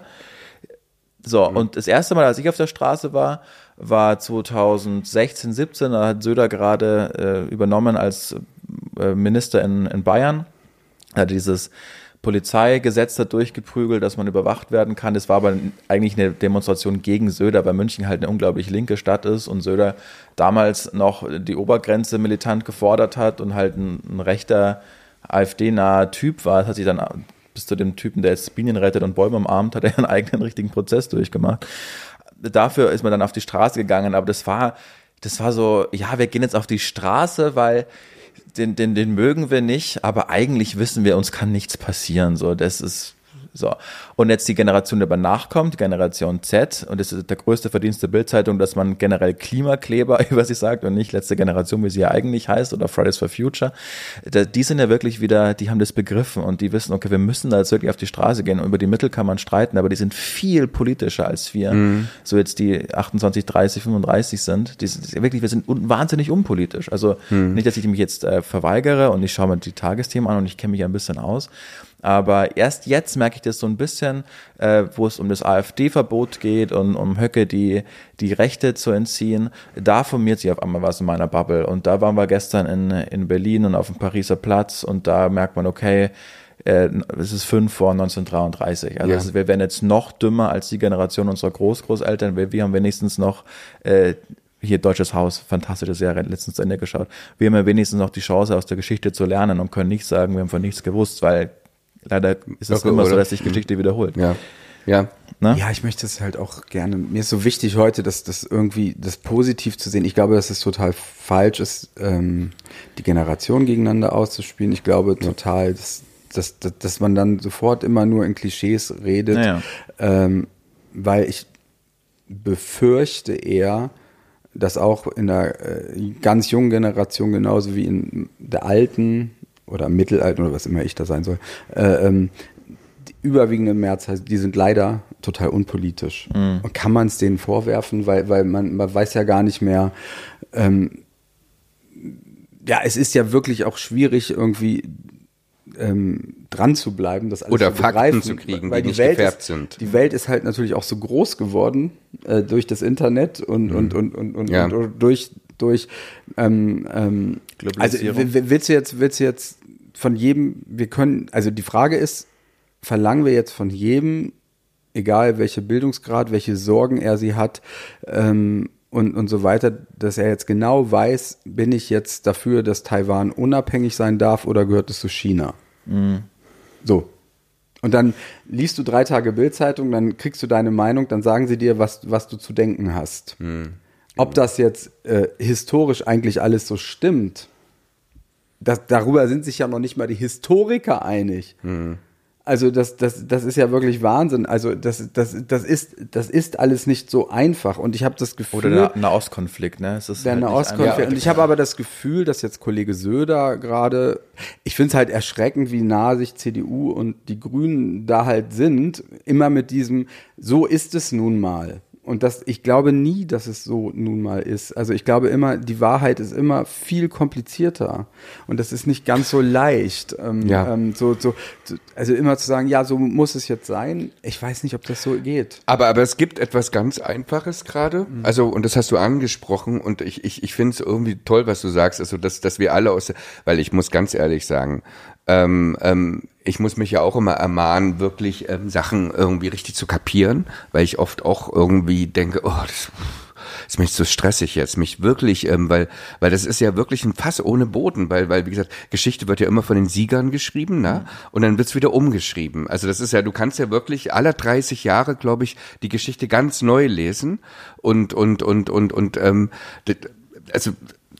du? So, und das erste Mal, als ich auf der Straße war, war zwanzig sechzehn, siebzehn, da hat Söder gerade äh, übernommen als äh, Minister in, in Bayern. Er hat dieses Polizeigesetz da durchgeprügelt, dass man überwacht werden kann. Das war aber eigentlich eine Demonstration gegen Söder, weil München halt eine unglaublich linke Stadt ist und Söder damals noch die Obergrenze militant gefordert hat und halt ein, ein rechter AfD-naher Typ war. Das hat sich dann bis zu dem Typen, der jetzt Bienen rettet und Bäume umarmt, hat er einen eigenen richtigen Prozess durchgemacht. Dafür ist man dann auf die Straße gegangen, aber das war, das war so, ja, wir gehen jetzt auf die Straße, weil Den, den, den mögen wir nicht, aber eigentlich wissen wir, uns kann nichts passieren. So, das ist so. Und jetzt die Generation, die aber nachkommt, die Generation Z, und das ist der größte Verdienst der Bild-Zeitung, dass man generell Klimakleber über sich sagt und nicht letzte Generation, wie sie ja eigentlich heißt, oder Fridays for Future. Die sind ja wirklich wieder, die haben das begriffen und die wissen, okay, wir müssen da jetzt wirklich auf die Straße gehen und über die Mittel kann man streiten, aber die sind viel politischer als wir. Mhm. So jetzt die achtundzwanzig, dreißig, fünfunddreißig sind. Die sind wirklich, wir sind un- wahnsinnig unpolitisch. Also mhm. nicht, dass ich mich jetzt äh, verweigere und ich schaue mir die Tagesthemen an und ich kenne mich ja ein bisschen aus. Aber erst jetzt merke ich das so ein bisschen, äh, wo es um das AfD-Verbot geht und um Höcke, die die Rechte zu entziehen. Da formiert sich auf einmal was in meiner Bubble. Und da waren wir gestern in, in Berlin und auf dem Pariser Platz und da merkt man, okay, äh, es ist fünf vor neunzehnhundertdreiunddreißig. Also Ja. es, wir werden jetzt noch dümmer als die Generation unserer Großgroßeltern. Wir, wir haben wenigstens noch äh, hier Deutsches Haus, fantastische Serie, letztens zu Ende geschaut. Wir haben ja wenigstens noch die Chance, aus der Geschichte zu lernen und können nicht sagen, wir haben von nichts gewusst, weil leider ist es Okay, immer so, oder? dass sich Geschichte wiederholt. Ja. Ja. Ne? Ja, ich möchte es halt auch gerne. Mir ist so wichtig heute, dass das irgendwie das positiv zu sehen. Ich glaube, dass es total falsch ist, ähm, die Generation gegeneinander auszuspielen. Ich glaube total, dass, dass, dass, dass man dann sofort immer nur in Klischees redet, Naja. ähm, weil ich befürchte eher, dass auch in der äh, ganz jungen Generation genauso wie in der alten oder mittelalten oder was immer ich da sein soll, äh, ähm, die überwiegende Mehrzahl, die sind leider total unpolitisch. Mhm. Und kann man es denen vorwerfen, weil, weil man, man weiß ja gar nicht mehr, ähm, ja, es ist ja wirklich auch schwierig irgendwie ähm, dran zu bleiben, das alles Oder zu Fakten begreifen, zu kriegen, weil die nicht Welt gefärbt ist, sind. Die Welt ist halt natürlich auch so groß geworden äh, durch das Internet und, Mhm. und, und, und, und, Ja. und, und durch, durch ähm, ähm, also Globalisierung. w- willst du jetzt, willst du jetzt von jedem, wir können, also die Frage ist, verlangen wir jetzt von jedem, egal welche Bildungsgrad, welche Sorgen er sie hat, ähm, und, und so weiter, dass er jetzt genau weiß, bin ich jetzt dafür, dass Taiwan unabhängig sein darf oder gehört es zu China? Mhm. So. Und dann liest du drei Tage Bild-Zeitung, dann kriegst du deine Meinung, dann sagen sie dir, was, was du zu denken hast. Hm. Ob das jetzt äh, historisch eigentlich alles so stimmt, das, darüber sind sich ja noch nicht mal die Historiker einig. Hm. Also das, das, das ist ja wirklich Wahnsinn. Also das, das, das, ist, das ist alles nicht so einfach. Und ich habe das Gefühl... Oder der Nahostkonflikt, ne? Es ist Der halt nicht Nahostkonflikt. einfach- Und ich habe aber das Gefühl, dass jetzt Kollege Söder gerade, ich finde es halt erschreckend, wie nah sich C D U und die Grünen da halt sind, immer mit diesem, so ist es nun mal. Und das, ich glaube nie, dass es so nun mal ist. Also ich glaube immer, die Wahrheit ist immer viel komplizierter. Und das ist nicht ganz so leicht. Ähm, Ja. ähm, so, so, so, also immer zu sagen, ja, so muss es jetzt sein. Ich weiß nicht, ob das so geht. Aber, aber es gibt etwas ganz Einfaches gerade. Also, und das hast du angesprochen. Und ich, ich, ich finde es irgendwie toll, was du sagst. Also, dass, dass wir alle aus, weil ich muss ganz ehrlich sagen, ähm, ähm, ich muss mich ja auch immer ermahnen, wirklich ähm, Sachen irgendwie richtig zu kapieren, weil ich oft auch irgendwie denke, oh, das ist mir so stressig jetzt, mich wirklich, ähm, weil, weil das ist ja wirklich ein Fass ohne Boden, weil, weil, wie gesagt, Geschichte wird ja immer von den Siegern geschrieben, ne? Und dann wird's wieder umgeschrieben. Also das ist ja, du kannst ja wirklich alle dreißig Jahre, glaube ich, die Geschichte ganz neu lesen und, und, und, und, und, ähm, also,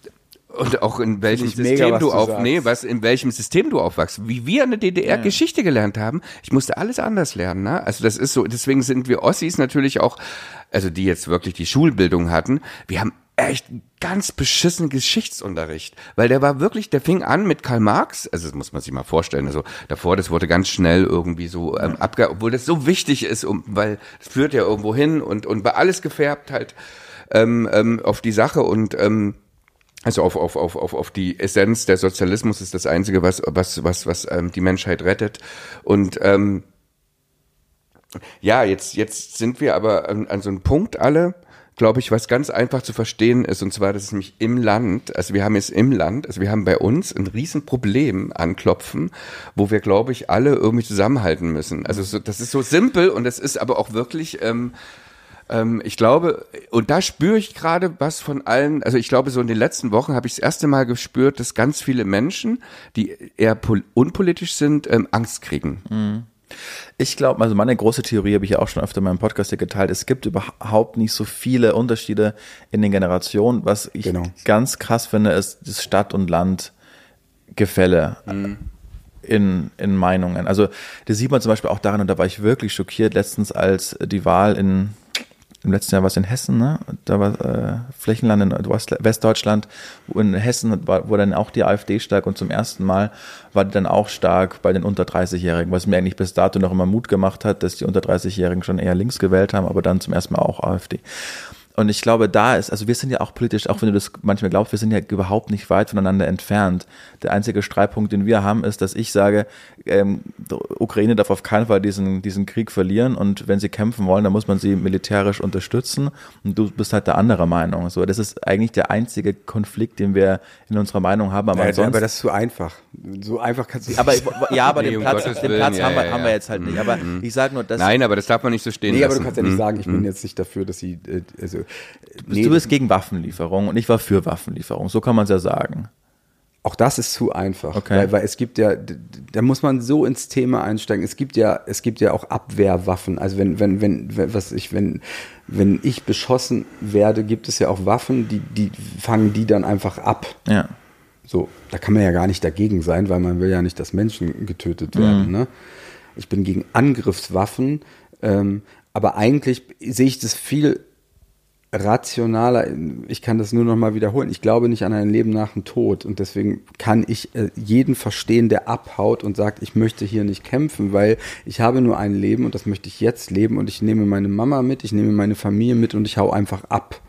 und auch in welchem Finde ich System mega, was du du auf, sagst. nee, was, in welchem System du aufwachst. Wie wir in der D D R Ja. Geschichte gelernt haben, ich musste alles anders lernen, ne? Also das ist so, deswegen sind wir Ossis natürlich auch, also die jetzt wirklich die Schulbildung hatten, wir haben echt einen ganz beschissenen Geschichtsunterricht, weil der war wirklich, der fing an mit Karl Marx, also das muss man sich mal vorstellen, also davor, das wurde ganz schnell irgendwie so ähm, abge, obwohl das so wichtig ist, um, weil es führt ja irgendwo hin und, und war alles gefärbt halt ähm, ähm, auf die Sache und ähm, also auf, auf, auf, auf, auf die Essenz, der Sozialismus ist das Einzige, was, was, was, was ähm, die Menschheit rettet. Und ähm, ja, jetzt, jetzt sind wir aber an, an so einem Punkt alle, glaube ich, was ganz einfach zu verstehen ist, und zwar, das ist nämlich im Land, also wir haben jetzt im Land, also wir haben bei uns ein Riesenproblem anklopfen, wo wir, glaube ich, alle irgendwie zusammenhalten müssen. Also so, das ist so simpel und das ist aber auch wirklich... Ähm, Ähm, ich glaube, und da spüre ich gerade was von allen, also ich glaube, so in den letzten Wochen habe ich das erste Mal gespürt, dass ganz viele Menschen, die eher pol- unpolitisch sind, ähm, Angst kriegen. Ich glaube, also meine große Theorie habe ich ja auch schon öfter in meinem Podcast hier geteilt, es gibt überhaupt nicht so viele Unterschiede in den Generationen. Was ich Genau. ganz krass finde, ist das Stadt- und Landgefälle. In, in Meinungen. Also das sieht man zum Beispiel auch daran, und da war ich wirklich schockiert letztens, als die Wahl in, im letzten Jahr war es in Hessen, ne? Da war äh, Flächenland in Ost- Westdeutschland, wo in Hessen war, wurde dann auch die AfD stark und zum ersten Mal war die dann auch stark bei den unter dreißig-Jährigen, was mir eigentlich bis dato noch immer Mut gemacht hat, dass die unter dreißig-Jährigen schon eher links gewählt haben, aber dann zum ersten Mal auch AfD. und ich glaube, da ist, also wir sind ja auch politisch, auch wenn du das manchmal glaubst, wir sind ja überhaupt nicht weit voneinander entfernt. Der einzige Streitpunkt, den wir haben, ist, dass ich sage, ähm, die Ukraine darf auf keinen Fall diesen, diesen Krieg verlieren und wenn sie kämpfen wollen, dann muss man sie militärisch unterstützen und du bist halt der andere Meinung. So, das ist eigentlich der einzige Konflikt, den wir in unserer Meinung haben. Aber, ja, ansonsten, aber das ist zu einfach. So einfach kannst du aber ja, aber Nee, den um Platz, Gottes den Willen, Platz ja, haben, wir, ja, haben wir ja. jetzt halt nicht. Aber Mhm. ich sage nur, dass Nein, aber das darf man nicht so stehen Nee, aber lassen. du kannst ja nicht Mhm. sagen, ich bin jetzt nicht dafür, dass sie, äh, also, nee, du bist gegen Waffenlieferung und ich war für Waffenlieferung. So kann man es ja sagen. auch das ist zu einfach, Okay. weil, weil es gibt ja, d- da muss man so ins Thema einsteigen. Es gibt ja, es gibt ja auch Abwehrwaffen. Also wenn, wenn, wenn, wenn was ich, wenn, wenn ich beschossen werde, gibt es ja auch Waffen, die, die fangen die dann einfach ab. Ja. So, da kann man ja gar nicht dagegen sein, weil man will ja nicht, dass Menschen getötet werden. Mhm. Ne? Ich bin gegen Angriffswaffen, ähm, aber eigentlich sehe ich das viel rationaler. Ich kann das nur noch mal wiederholen. Ich glaube nicht an ein Leben nach dem Tod und deswegen kann ich äh, jeden verstehen, der abhaut und sagt, ich möchte hier nicht kämpfen, weil ich habe nur ein Leben und das möchte ich jetzt leben und ich nehme meine Mama mit, ich nehme meine Familie mit und ich hau einfach ab.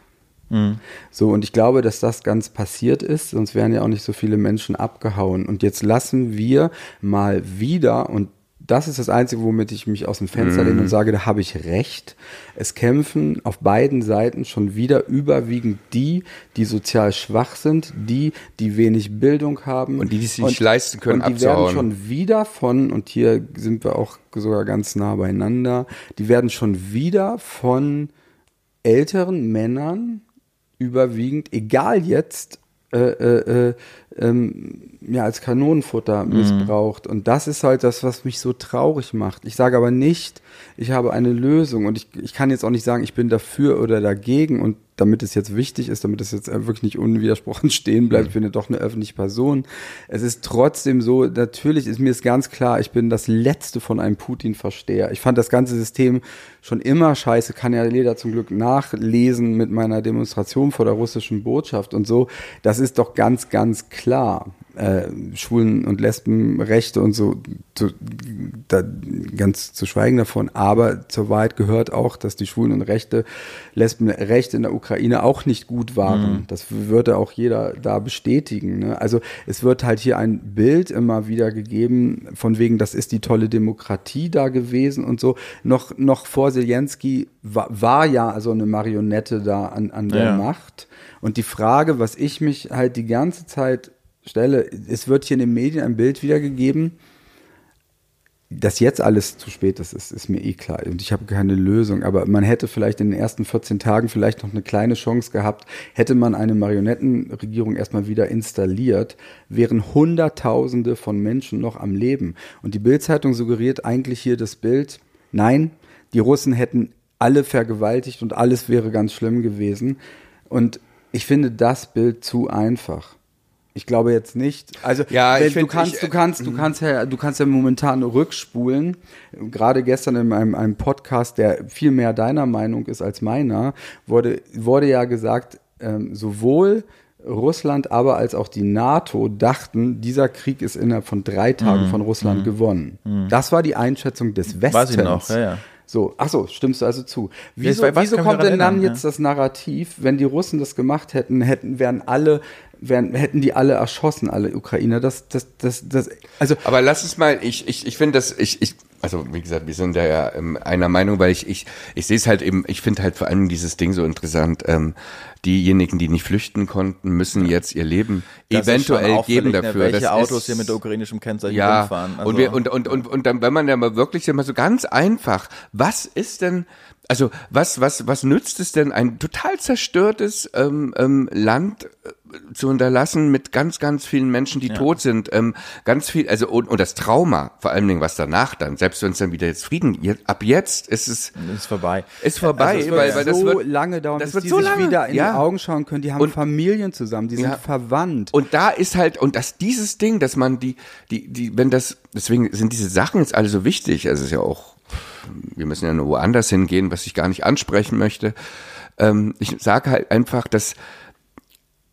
So, und ich glaube, dass das ganz passiert ist, sonst wären ja auch nicht so viele Menschen abgehauen. Und jetzt lassen wir mal wieder, und das ist das Einzige, womit ich mich aus dem Fenster lehne und sage, da habe ich recht. Es kämpfen auf beiden Seiten schon wieder überwiegend die, die sozial schwach sind, die, die wenig Bildung haben. Und die, die es sich nicht leisten können, Und die abzuhauen. werden schon wieder von, und hier sind wir auch sogar ganz nah beieinander, die werden schon wieder von älteren Männern überwiegend, egal jetzt, äh, äh, äh, ähm, ja, als Kanonenfutter missbraucht. Und das ist halt das, was mich so traurig macht. Ich sage aber nicht, ich habe eine Lösung und ich, ich kann jetzt auch nicht sagen, ich bin dafür oder dagegen und damit es jetzt wichtig ist, damit es jetzt wirklich nicht unwidersprochen stehen bleibt, ich bin ja doch eine öffentliche Person. Es ist trotzdem so, natürlich ist mir es ganz klar, ich bin das Letzte von einem Putin-Versteher. Ich fand das ganze System schon immer scheiße, kann ja jeder zum Glück nachlesen mit meiner Demonstration vor der russischen Botschaft und so. Das ist doch ganz, ganz klar. Äh, Schwulen- und Lesbenrechte und so, zu, da, ganz zu schweigen davon. Aber zur Wahrheit gehört auch, dass die Schwulen- und Rechte, Lesbenrechte in der Ukraine auch nicht gut waren. Mhm. Das würde auch jeder da bestätigen. Ne? Also es wird halt hier ein Bild immer wieder gegeben, von wegen, das ist die tolle Demokratie da gewesen und so. Noch, noch vor Zelensky war, war ja so eine Marionette da an, an der Ja. Macht. Und die Frage, was ich mich halt die ganze Zeit stelle, es wird hier in den Medien ein Bild wiedergegeben, dass jetzt alles zu spät ist, ist, ist mir eh klar. Und ich habe keine Lösung. Aber man hätte vielleicht in den ersten vierzehn Tagen vielleicht noch eine kleine Chance gehabt, hätte man eine Marionettenregierung erstmal wieder installiert, wären Hunderttausende von Menschen noch am Leben. Und die Bild-Zeitung suggeriert eigentlich hier das Bild, nein, die Russen hätten alle vergewaltigt und alles wäre ganz schlimm gewesen. Und ich finde das Bild zu einfach. Ich glaube jetzt nicht. Also Ja, wenn, ich du find, kannst, ich, du kannst, du kannst ja, du kannst ja momentan rückspulen. Gerade gestern in einem, einem Podcast, der viel mehr deiner Meinung ist als meiner, wurde wurde ja gesagt, ähm, sowohl Russland, aber als auch die NATO dachten, dieser Krieg ist innerhalb von drei Tagen Mhm. von Russland Mhm. gewonnen. Mhm. Das war die Einschätzung des Westens. Weiß ich noch, ja, ja. So, ach so, stimmst du also zu? Wieso, weiß, wieso kann mich kommt daran denn dann erinnern, jetzt ja. das Narrativ, wenn die Russen das gemacht hätten, hätten wären alle, wären, hätten die alle erschossen, alle Ukrainer? Das, das, das, das, also Aber lass uns mal, ich, ich, ich finde das, ich, ich, also wie gesagt, wir sind da ja ähm, einer Meinung, weil ich, ich, ich sehe es halt eben, ich finde halt vor allem dieses Ding so interessant, ähm, diejenigen, die nicht flüchten konnten, müssen jetzt ihr Leben Das ist schon eventuell auffällig, geben ne, dafür. welche Das Autos ist, hier mit ukrainischem Kennzeichen ja, rumfahren. Also, und, wir, und, und, und, und dann, wenn man dann mal wirklich immer so ganz einfach, was ist denn, also was, was, was nützt es denn, ein total zerstörtes ähm, ähm, Land äh, zu unterlassen mit ganz, ganz vielen Menschen, die Ja. tot sind, ähm, ganz viel, also und, und das Trauma, vor allen Dingen was danach dann, selbst wenn es dann wieder jetzt Frieden, jetzt, ab jetzt ist es, ist vorbei. ist vorbei, Also es wird weil, weil das so wird, lange dauern, das bis wird die so sich lange, wieder in ja. die Augen schauen können. Die haben Und- Familien zusammen, die sind Ja. verwandt. Und da ist halt, und das, dieses Ding, dass man die, die, die, wenn das, deswegen sind diese Sachen jetzt alle so wichtig, also es ist ja auch, wir müssen ja nur woanders hingehen, was ich gar nicht ansprechen möchte. Ähm, ich sage halt einfach, dass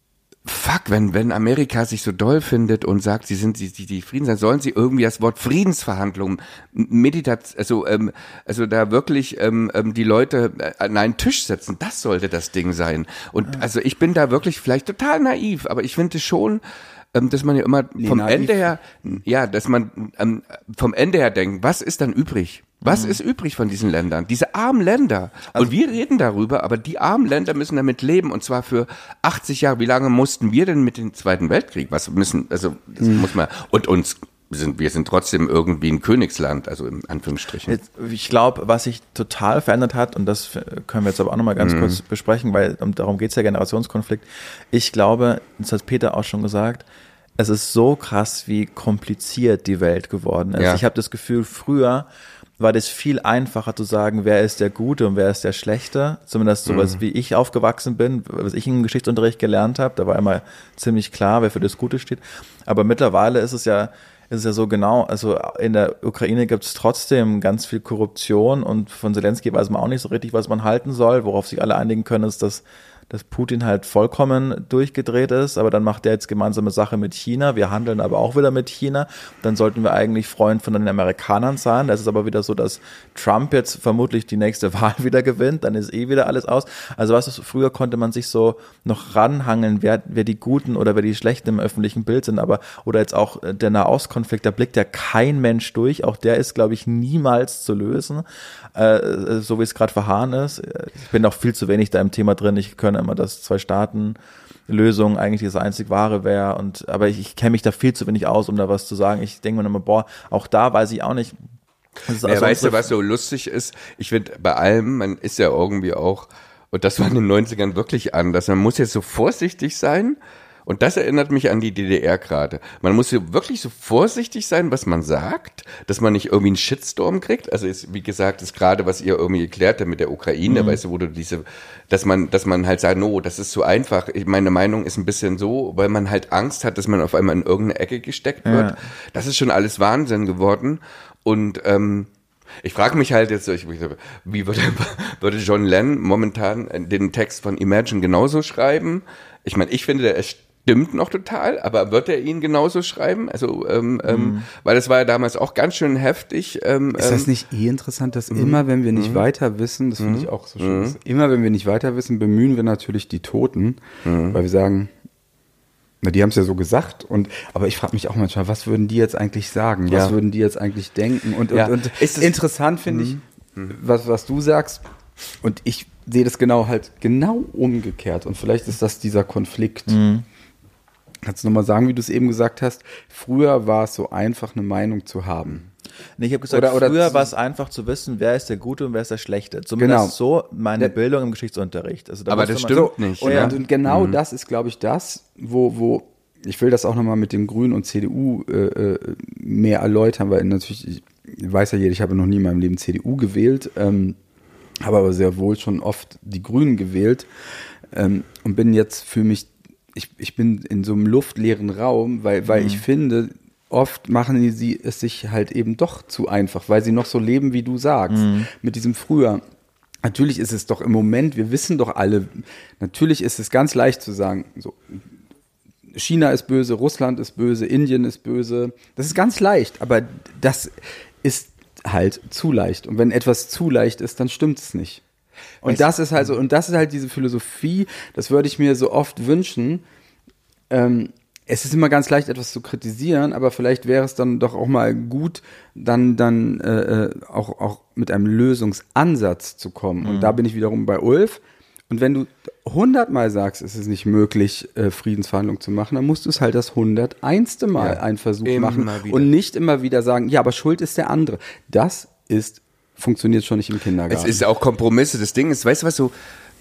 fuck, wenn, wenn Amerika sich so doll findet und sagt, sie sind die, die, die Frieden sein, sollen sie irgendwie das Wort Friedensverhandlungen, Meditation, also, ähm, also da wirklich ähm, ähm, die Leute an einen Tisch setzen, das sollte das Ding sein. Und also ich bin da wirklich vielleicht total naiv, aber ich finde schon, ähm, dass man ja immer Nee, vom naiv. Ende her, ja, dass man ähm, vom Ende her denkt, was ist dann übrig? Was mhm. ist übrig von diesen Ländern? Diese armen Länder. Also, und wir reden darüber, aber die armen Länder müssen damit leben und zwar für achtzig Jahre. Wie lange mussten wir denn mit dem Zweiten Weltkrieg? Was müssen, also, das mhm. muss man, und uns sind, wir sind trotzdem irgendwie ein Königsland, also in Anführungsstrichen. Ich glaube, was sich total verändert hat, und das können wir jetzt aber auch nochmal ganz mhm. kurz besprechen, weil darum geht es ja, Generationskonflikt. Ich glaube, das hat Peter auch schon gesagt, es ist so krass, wie kompliziert die Welt geworden ist. Ja. Ich habe das Gefühl, früher war das viel einfacher zu sagen, wer ist der Gute und wer ist der Schlechte. Zumindest sowas, mhm. wie ich aufgewachsen bin, was ich im Geschichtsunterricht gelernt habe. Da war immer ziemlich klar, wer für das Gute steht. Aber mittlerweile ist es ja, ist es ja so genau, also in der Ukraine gibt es trotzdem ganz viel Korruption und von Zelensky weiß man auch nicht so richtig, was man halten soll. Worauf sich alle einigen können, ist, dass dass Putin halt vollkommen durchgedreht ist, aber dann macht er jetzt gemeinsame Sache mit China, wir handeln aber auch wieder mit China, dann sollten wir eigentlich Freund von den Amerikanern sein, das ist aber wieder so, dass Trump jetzt vermutlich die nächste Wahl wieder gewinnt, dann ist eh wieder alles aus, also was ist, früher konnte man sich so noch ranhangeln, wer, wer die Guten oder wer die Schlechten im öffentlichen Bild sind, aber, oder jetzt auch der Nahostkonflikt, da blickt ja kein Mensch durch, auch der ist, glaube ich, niemals zu lösen, äh, so wie es gerade verharren ist, ich bin auch viel zu wenig da im Thema drin, ich kann immer, dass Zwei-Staaten-Lösung eigentlich das einzig wahre wäre. Und aber ich, ich kenne mich da viel zu wenig aus, um da was zu sagen. Ich denke mir immer, boah, auch da weiß ich auch nicht. Das ist ja, also weißt du, was so lustig ist? Ich finde, bei allem, man ist ja irgendwie auch, und das war in den neunzigern wirklich anders, man muss jetzt so vorsichtig sein. Und das erinnert mich an die D D R gerade. Man muss so wirklich so vorsichtig sein, was man sagt, dass man nicht irgendwie einen Shitstorm kriegt. Also ist, wie gesagt, ist gerade, was ihr irgendwie erklärt habt mit der Ukraine, mhm. weißt du, wo du diese, dass man, dass man halt sagt, no, das ist zu einfach. Ich, meine Meinung ist ein bisschen so, weil man halt Angst hat, dass man auf einmal in irgendeine Ecke gesteckt wird. Ja. Das ist schon alles Wahnsinn geworden. Und ähm, ich frage mich halt jetzt, wie würde, würde John Lennon momentan den Text von Imagine genauso schreiben? Ich meine, ich finde, der ist stimmt noch total, aber wird er ihn genauso schreiben? Also, ähm, ähm, mhm. weil das war ja damals auch ganz schön heftig. Ähm, ist das nicht eh interessant, dass mhm. immer, wenn wir nicht mhm. weiter wissen, das finde ich auch so schön, mhm. immer, wenn wir nicht weiter wissen, bemühen wir natürlich die Toten, mhm. weil wir sagen, na, die haben es ja so gesagt, und aber ich frage mich auch manchmal, was würden die jetzt eigentlich sagen? Ja. Was würden die jetzt eigentlich denken? Und, ja. und, und ist interessant finde ich, mhm. was, was du sagst, und ich sehe das genau halt genau umgekehrt, und vielleicht ist das dieser Konflikt. Mhm. Kannst du nochmal sagen, wie du es eben gesagt hast? Früher war es so einfach, eine Meinung zu haben. Nee, ich habe gesagt, oder, oder früher war es einfach zu wissen, wer ist der Gute und wer ist der Schlechte. Zumindest genau. so meine der, Bildung im Geschichtsunterricht. Also da aber das stimmt so, nicht. Und, ja. und, und genau mhm. das ist, glaube ich, das, wo, wo ich will das auch nochmal mit den Grünen und C D U äh, mehr erläutern, weil natürlich, ich weiß ja jeder, ich habe noch nie in meinem Leben C D U gewählt, ähm, habe aber sehr wohl schon oft die Grünen gewählt ähm, und bin jetzt für mich Ich, ich bin in so einem luftleeren Raum, weil, weil mhm. ich finde, oft machen sie es sich halt eben doch zu einfach, weil sie noch so leben, wie du sagst, mhm. mit diesem Früher. Natürlich ist es doch im Moment, wir wissen doch alle, natürlich ist es ganz leicht zu sagen, so, China ist böse, Russland ist böse, Indien ist böse. Das ist ganz leicht, aber das ist halt zu leicht. Und wenn etwas zu leicht ist, dann stimmt es nicht. Und das ist halt so, und das ist halt diese Philosophie, das würde ich mir so oft wünschen. Ähm, es ist immer ganz leicht, etwas zu kritisieren, aber vielleicht wäre es dann doch auch mal gut, dann, dann äh, auch, auch mit einem Lösungsansatz zu kommen. Mhm. Und da bin ich wiederum bei Ulf. Und wenn du hundertmal sagst, es ist nicht möglich, äh, Friedensverhandlungen zu machen, dann musst du es halt das hunderteinste Mal ja, einen Versuch machen und nicht immer wieder sagen, ja, aber Schuld ist der andere. Das ist funktioniert schon nicht im Kindergarten. Es ist auch Kompromisse. Das Ding ist, weißt du was, so,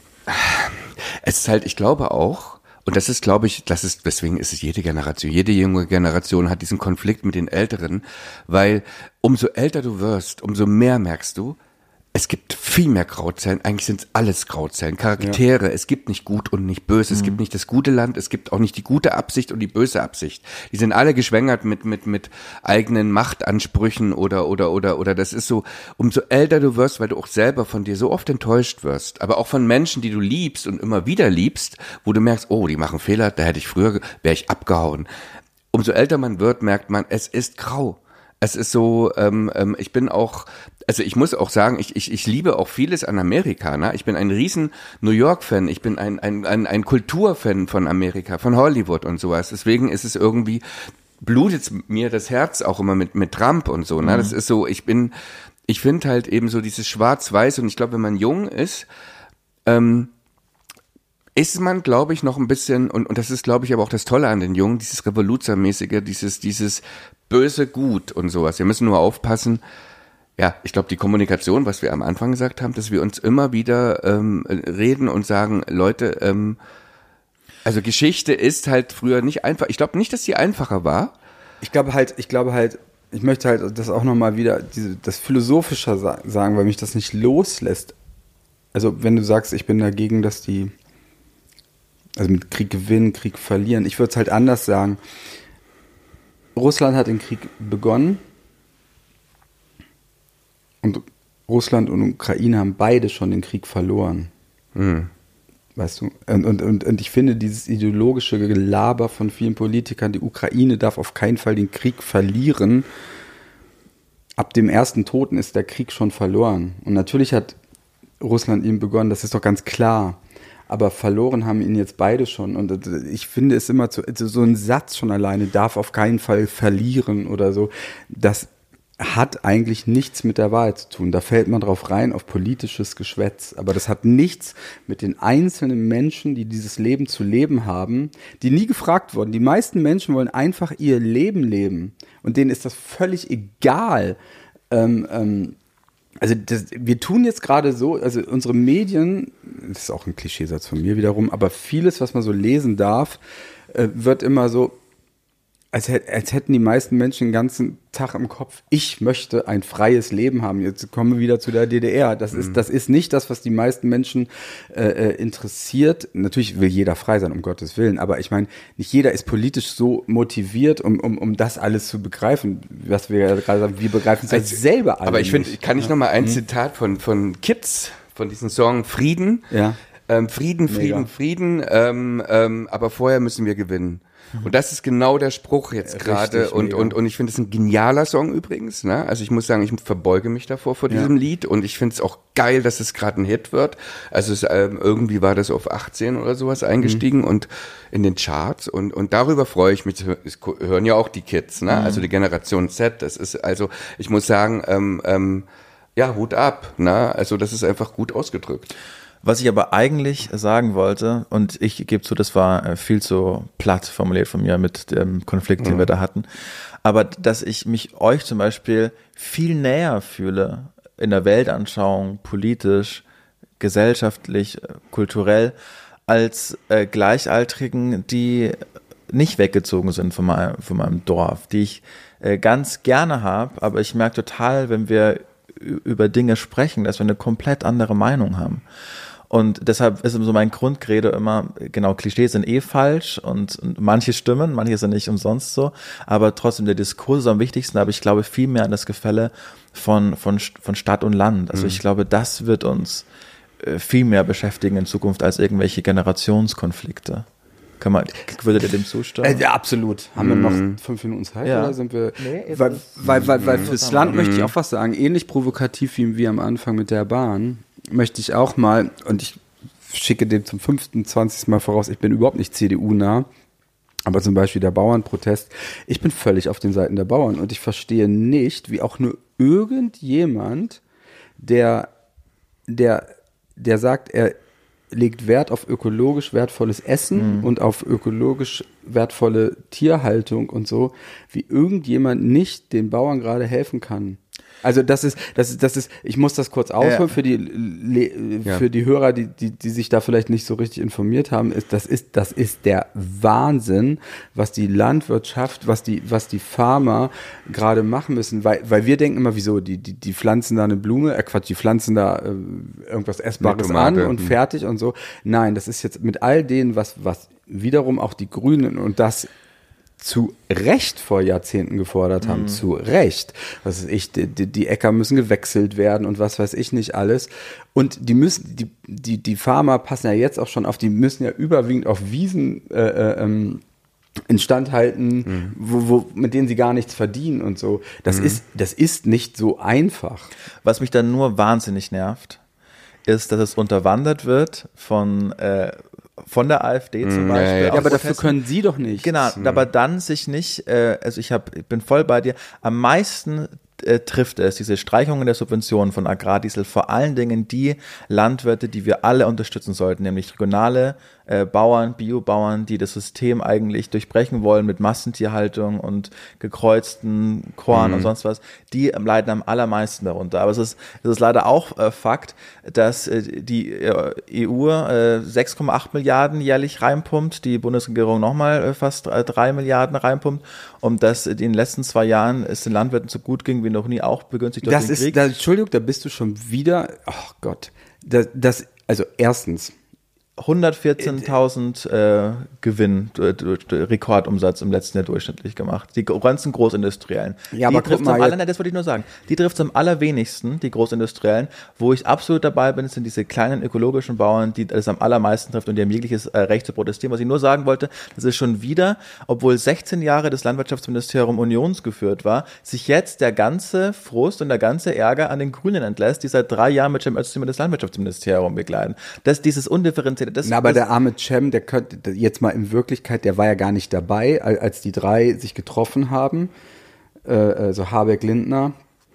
es ist halt, ich glaube auch, und das ist, glaube ich, das ist, deswegen ist es jede Generation, jede junge Generation hat diesen Konflikt mit den Älteren, weil umso älter du wirst, umso mehr merkst du, es gibt viel mehr Grauzellen, eigentlich sind es alles Grauzellen, Charaktere, ja. Es gibt nicht gut und nicht böse, mhm. Es gibt nicht das gute Land, es gibt auch nicht die gute Absicht und die böse Absicht. Die sind alle geschwängert mit mit mit eigenen Machtansprüchen oder oder oder oder das ist so, umso älter du wirst, weil du auch selber von dir so oft enttäuscht wirst, aber auch von Menschen, die du liebst und immer wieder liebst, wo du merkst, oh, die machen Fehler, da hätte ich früher, wäre ich abgehauen. Umso älter man wird, merkt man, es ist grau. Es ist so, ähm, ähm, ich bin auch, also ich muss auch sagen, ich, ich, ich liebe auch vieles an Amerika. Ne? Ich bin ein riesen New York-Fan, ich bin ein, ein, ein, ein Kulturfan von Amerika, von Hollywood und sowas. Deswegen ist es irgendwie, blutet mir das Herz auch immer mit, mit Trump und so. Ne? Mhm. Das ist so, ich bin, ich finde halt eben so dieses Schwarz-Weiß und ich glaube, wenn man jung ist, ähm, ist man, glaube ich, noch ein bisschen, und, und das ist, glaube ich, aber auch das Tolle an den Jungen, dieses Revoluzermäßige, dieses, dieses böse Gut und sowas. Wir müssen nur aufpassen, ja, ich glaube, die Kommunikation, was wir am Anfang gesagt haben, dass wir uns immer wieder ähm, reden und sagen, Leute, ähm, also Geschichte ist halt früher nicht einfach, ich glaube nicht, dass sie einfacher war. Ich glaube halt, ich glaube halt, ich möchte halt das auch nochmal wieder, diese, das Philosophische sagen, weil mich das nicht loslässt. Also wenn du sagst, ich bin dagegen, dass die also mit Krieg gewinnen, Krieg verlieren. Ich würde es halt anders sagen. Russland hat den Krieg begonnen und Russland und Ukraine haben beide schon den Krieg verloren. Mhm. Weißt du? Und, und, und, und ich finde dieses ideologische Gelaber von vielen Politikern, die Ukraine darf auf keinen Fall den Krieg verlieren. Ab dem ersten Toten ist der Krieg schon verloren. Und natürlich hat Russland ihn begonnen, das ist doch ganz klar. Aber verloren haben ihn jetzt beide schon. Und ich finde es immer zu, so ein Satz schon alleine, darf auf keinen Fall verlieren oder so. Das hat eigentlich nichts mit der Wahrheit zu tun. Da fällt man drauf rein, auf politisches Geschwätz. Aber das hat nichts mit den einzelnen Menschen, die dieses Leben zu leben haben, die nie gefragt wurden. Die meisten Menschen wollen einfach ihr Leben leben. Und denen ist das völlig egal. Ähm, ähm, Also das, wir tun jetzt gerade so, also unsere Medien, das ist auch ein Klischeesatz von mir wiederum, aber vieles, was man so lesen darf, äh, wird immer so, als, als hätten die meisten Menschen den ganzen Tag im Kopf, ich möchte ein freies Leben haben. Jetzt kommen wir wieder zu der D D R. Das ist, das ist nicht das, was die meisten Menschen äh, interessiert. Natürlich will jeder frei sein, um Gottes Willen, aber ich meine, nicht jeder ist politisch so motiviert, um, um, um das alles zu begreifen, was wir ja gerade sagen, wir begreifen es halt also, selber alle. Aber ich finde, kann ich nochmal ein mhm. Zitat von, von Kids, von diesem Song Frieden, ja. ähm, Frieden, Frieden, Mega. Frieden, ähm, ähm, aber vorher müssen wir gewinnen. Und das ist genau der Spruch jetzt gerade und, und, und ich finde es ein genialer Song übrigens, ne? Also ich muss sagen, ich verbeuge mich davor vor diesem ja. Lied und ich finde es auch geil, dass es gerade ein Hit wird. Also es, ähm, irgendwie war das auf achtzehn oder sowas eingestiegen mhm. und in den Charts und, und darüber freue ich mich. Es hören ja auch die Kids, ne? Mhm. Also die Generation Z, das ist, also ich muss sagen, ähm, ähm, ja, Hut ab, ne? Also das ist einfach gut ausgedrückt. Was ich aber eigentlich sagen wollte, und ich gebe zu, das war viel zu platt formuliert von mir mit dem Konflikt, den mhm. wir da hatten, aber dass ich mich euch zum Beispiel viel näher fühle in der Weltanschauung, politisch, gesellschaftlich, kulturell, als äh, Gleichaltrigen, die nicht weggezogen sind von meinem, von meinem Dorf, die ich äh, ganz gerne habe, aber ich merke total, wenn wir über Dinge sprechen, dass wir eine komplett andere Meinung haben. Und deshalb ist so mein Grundcredo immer, genau, Klischees sind eh falsch und, und manche stimmen, manche sind nicht umsonst so, aber trotzdem der Diskurs ist am wichtigsten, aber ich glaube viel mehr an das Gefälle von, von, von Stadt und Land. Also mhm. ich glaube, das wird uns äh, viel mehr beschäftigen in Zukunft als irgendwelche Generationskonflikte. Kann man, würdet ihr dem zustimmen? Äh, ja, absolut. Haben mhm. wir noch fünf Minuten Zeit ja. oder sind wir? Nee, weil, weil, weil, weil fürs Land mhm. möchte ich auch was sagen. Ähnlich provokativ wie wir am Anfang mit der Bahn, möchte ich auch mal, und ich schicke dem zum fünften, zwanzigsten Mal voraus, ich bin überhaupt nicht C D U-nah, aber zum Beispiel der Bauernprotest, ich bin völlig auf den Seiten der Bauern und ich verstehe nicht, wie auch nur irgendjemand, der, der, der sagt, er legt Wert auf ökologisch wertvolles Essen mhm. und auf ökologisch wertvolle Tierhaltung und so, wie irgendjemand nicht den Bauern gerade helfen kann. Also das ist, das ist, das ist, ich muss das kurz ausholen ja. für die Le- ja. für die Hörer, die, die, die sich da vielleicht nicht so richtig informiert haben, ist, das ist, das ist der Wahnsinn, was die Landwirtschaft, was die, was die Farmer gerade machen müssen, weil, weil wir denken immer, wieso, die, die, die pflanzen da eine Blume, äh Quatsch, die pflanzen da äh, irgendwas Essbares an und mhm. fertig und so. Nein, das ist jetzt mit all denen, was, was wiederum auch die Grünen und das zu Recht vor Jahrzehnten gefordert haben, mhm. zu Recht. Was weiß ich, die, die, die Äcker müssen gewechselt werden und was weiß ich nicht alles. Und die müssen, die, die, die Farmer passen ja jetzt auch schon auf, die müssen ja überwiegend auf Wiesen äh, ähm, instand halten, mhm. wo, wo, mit denen sie gar nichts verdienen und so. Das mhm. ist, das ist nicht so einfach. Was mich dann nur wahnsinnig nervt, ist, dass es unterwandert wird von äh, von der AfD zum mm, Beispiel. Ja, ja, aber Protesten. Dafür können sie doch nicht. Genau, mm. aber dann sich nicht, äh, also ich, hab, ich bin voll bei dir, am meisten äh, trifft es, diese Streichungen der Subventionen von Agrardiesel, vor allen Dingen die Landwirte, die wir alle unterstützen sollten, nämlich regionale äh, Bauern, Biobauern, die das System eigentlich durchbrechen wollen mit Massentierhaltung und gekreuzten Korn mhm. und sonst was, die leiden am allermeisten darunter. Aber es ist, es ist leider auch äh, Fakt, dass äh, die äh, E U äh, sechs Komma acht Milliarden jährlich reinpumpt, die Bundesregierung nochmal äh, fast äh, drei Milliarden reinpumpt und dass in den letzten zwei Jahren es den Landwirten so gut ging wie noch nie, auch begünstigt durch das den ist, Krieg. Das, Entschuldigung, da bist du schon wieder, oh Gott, das, das also erstens, hundertvierzehntausend äh, Gewinn, äh, Rekordumsatz im letzten Jahr durchschnittlich gemacht. Die ganzen Großindustriellen. Ja, die aber trifft guck mal, am aller, das wollte ich nur sagen. Die trifft es am allerwenigsten, die Großindustriellen. Wo ich absolut dabei bin, sind diese kleinen ökologischen Bauern, die das am allermeisten trifft und die haben jegliches äh, Recht zu protestieren. Was ich nur sagen wollte, das ist schon wieder, obwohl sechzehn Jahre das Landwirtschaftsministerium unionsgeführt war, sich jetzt der ganze Frust und der ganze Ärger an den Grünen entlässt, die seit drei Jahren mit Cem Özdemir das Landwirtschaftsministerium begleiten. Das dieses undifferenzierte Das, Na, aber das, der arme Cem, der könnte jetzt mal in Wirklichkeit, der war ja gar nicht dabei, als die drei sich getroffen haben, äh, also Habeck, Lindner.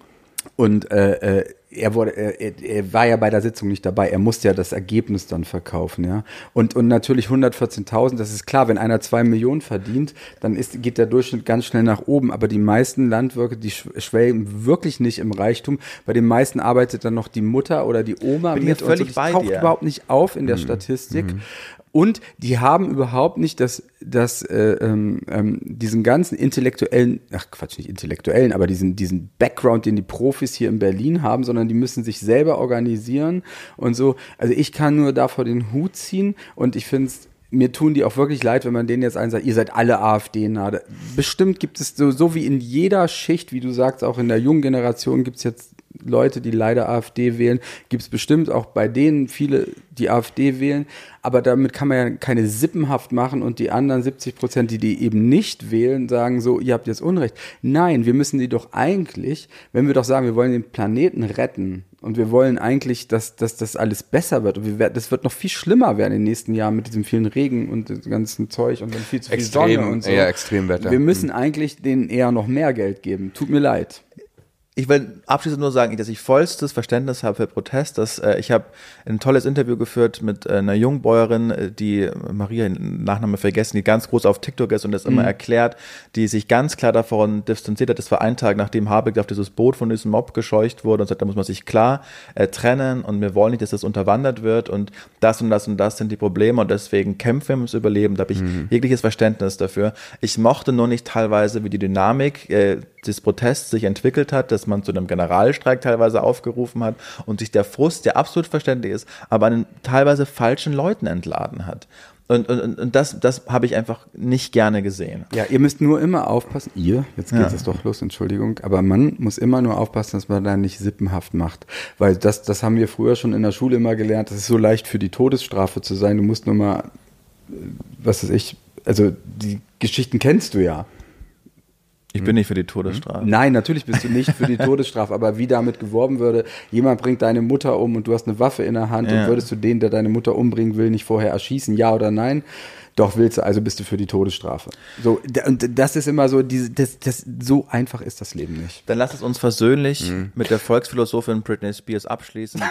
Und äh, äh, er wurde, er, er war ja bei der Sitzung nicht dabei. Er musste ja das Ergebnis dann verkaufen, ja. Und und natürlich hundertvierzehntausend. Das ist klar, wenn einer zwei Millionen verdient, dann ist geht der Durchschnitt ganz schnell nach oben. Aber die meisten Landwirte, die schwelgen wirklich nicht im Reichtum. Bei den meisten arbeitet dann noch die Mutter oder die Oma Bin mit. völlig und so. Das bei taucht dir. überhaupt nicht auf in der mhm. Statistik. Mhm. Und die haben überhaupt nicht das, das, äh, ähm, diesen ganzen intellektuellen, ach Quatsch, nicht intellektuellen, aber diesen, diesen Background, den die Profis hier in Berlin haben, sondern die müssen sich selber organisieren und so. Also ich kann nur davor den Hut ziehen und ich finde es, mir tun die auch wirklich leid, wenn man denen jetzt einen sagt, ihr seid alle AfD-nah. Bestimmt gibt es so, so wie in jeder Schicht, wie du sagst, auch in der jungen Generation gibt es jetzt Leute, die leider AfD wählen, gibt es bestimmt auch bei denen viele, die AfD wählen, aber damit kann man ja keine Sippenhaft machen und die anderen siebzig Prozent, die die eben nicht wählen, sagen so, ihr habt jetzt Unrecht. Nein, wir müssen die doch eigentlich, wenn wir doch sagen, wir wollen den Planeten retten und wir wollen eigentlich, dass, dass das alles besser wird und wir, das wird noch viel schlimmer werden in den nächsten Jahren mit diesem vielen Regen und dem ganzen Zeug und dann viel zu viel extrem, Sonne und so. Ja, Extremwetter. Wir müssen mhm. eigentlich denen eher noch mehr Geld geben. Tut mir leid. Ich will abschließend nur sagen, dass ich vollstes Verständnis habe für Protest. Dass, äh, ich habe ein tolles Interview geführt mit äh, einer Jungbäuerin, die Maria, den Nachname vergessen, die ganz groß auf TikTok ist und das mhm. immer erklärt, die sich ganz klar davon distanziert hat. Das war ein Tag, nachdem Habeck auf dieses Boot von diesem Mob gescheucht wurde und sagt, da muss man sich klar äh, trennen und wir wollen nicht, dass das unterwandert wird und das und das und das sind die Probleme und deswegen kämpfen wir ums Überleben. Da habe ich mhm. jegliches Verständnis dafür. Ich mochte nur nicht teilweise, wie die Dynamik äh, des Protests sich entwickelt hat, dass man zu einem Generalstreik teilweise aufgerufen hat und sich der Frust, der absolut verständlich ist, aber an den teilweise falschen Leuten entladen hat. Und, und, und das, das habe ich einfach nicht gerne gesehen. Ja, ihr müsst nur immer aufpassen, ihr, jetzt geht es ja. doch los, Entschuldigung, aber man muss immer nur aufpassen, dass man da nicht sippenhaft macht, weil das, das haben wir früher schon in der Schule immer gelernt, das ist so leicht für die Todesstrafe zu sein, du musst nur mal, was weiß ich, also die Geschichten kennst du ja. Ich bin nicht für die Todesstrafe. Nein, natürlich bist du nicht für die Todesstrafe, aber wie damit geworben würde, jemand bringt deine Mutter um und du hast eine Waffe in der Hand ja. und würdest du den, der deine Mutter umbringen will, nicht vorher erschießen, ja oder nein? Doch willst du, also bist du für die Todesstrafe. So, und das ist immer so, diese, das, das, so einfach ist das Leben nicht. Dann lass es uns versöhnlich mhm. mit der Volksphilosophin Britney Spears abschließen.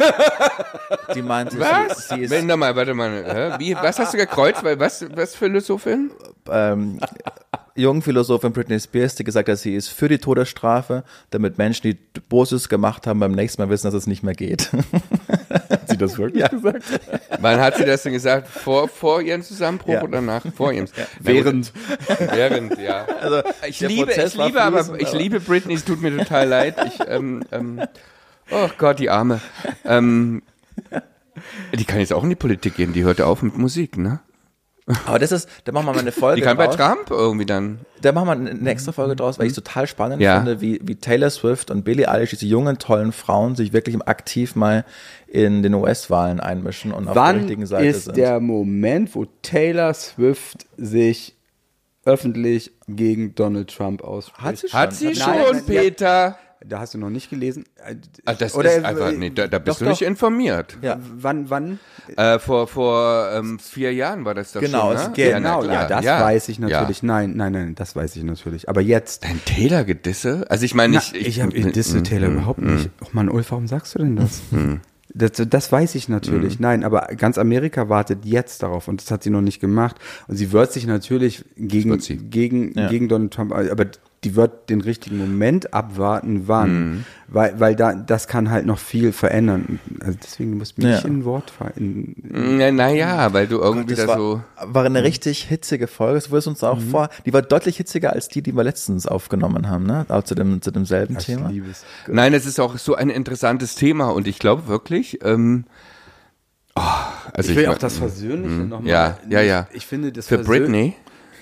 Die meinte, was? Sie, sie ist... Warte mal, warte mal. Wie, was hast du gekreuzt? Was, was Philosophin? Ähm, jungen Philosophin Britney Spears, die gesagt hat, sie ist für die Todesstrafe, damit Menschen, die Böses gemacht haben, beim nächsten Mal wissen, dass es nicht mehr geht. Hat sie das wirklich Ja. gesagt? Wann hat sie das denn gesagt? Vor, vor ihrem Zusammenbruch Ja. oder nach? Vor ihrem. Während. Während, ja. Also, Ich der liebe, Prozess ich war liebe, aber fließend, ich liebe Britney, es tut mir total leid. Ich, ähm, ähm, oh Gott, die Arme. Ähm, die kann jetzt auch in die Politik gehen, die hört auf mit Musik, ne? Aber das ist, da machen wir mal eine Folge Die kann bei draus. Trump irgendwie dann. Da machen wir eine extra Folge draus, weil ich es total spannend Ja. finde, wie, wie Taylor Swift und Billie Eilish, diese jungen, tollen Frauen, sich wirklich aktiv mal in den U S-Wahlen einmischen und auf der Wann richtigen Seite ist sind. der Moment, wo Taylor Swift sich öffentlich gegen Donald Trump ausspricht? Hat sie schon. Hat sie Hat- schon, Nein, nein, ja. Peter? Da hast du noch nicht gelesen. Ah, das Oder, ist einfach, nee, da, da bist doch, du nicht doch. informiert. Ja. Wann, wann? Äh, vor vor ähm, vier Jahren war das doch Genau, schon, es ne? geht- Genau, na ja, klar, das weiß ich natürlich. Ja. Nein, nein, nein, das weiß ich natürlich. Aber jetzt. Dein Taylor-Gedisse? Also ich meine, Na, ich... ich habe Disse Taylor überhaupt nicht. Oh Mann, Ulf, warum sagst du denn das? Das, das weiß ich natürlich. Nein, aber ganz Amerika wartet jetzt darauf und das hat sie noch nicht gemacht. Und sie wird sich natürlich gegen, wird sie. gegen, Ja. gegen Donald Trump, aber die wird den richtigen Moment abwarten, wann. Weil, weil da, das kann halt noch viel verändern. Also deswegen musst du mich Ja. nicht in ein Wort fallen. Na, naja, weil du irgendwie Das da war, so... war eine richtig hitzige Folge. Das wurde uns auch vor. Die war deutlich hitziger als die, die wir letztens aufgenommen haben, ne? Auch zu dem zu demselben Thema. Ich liebe es. Nein, es ist auch so ein interessantes Thema und ich glaube wirklich, ähm, oh, also Ich will ich auch mein- das Versöhnliche nochmal. Ja, ja, ja. Ich finde das für Versöhn- Britney.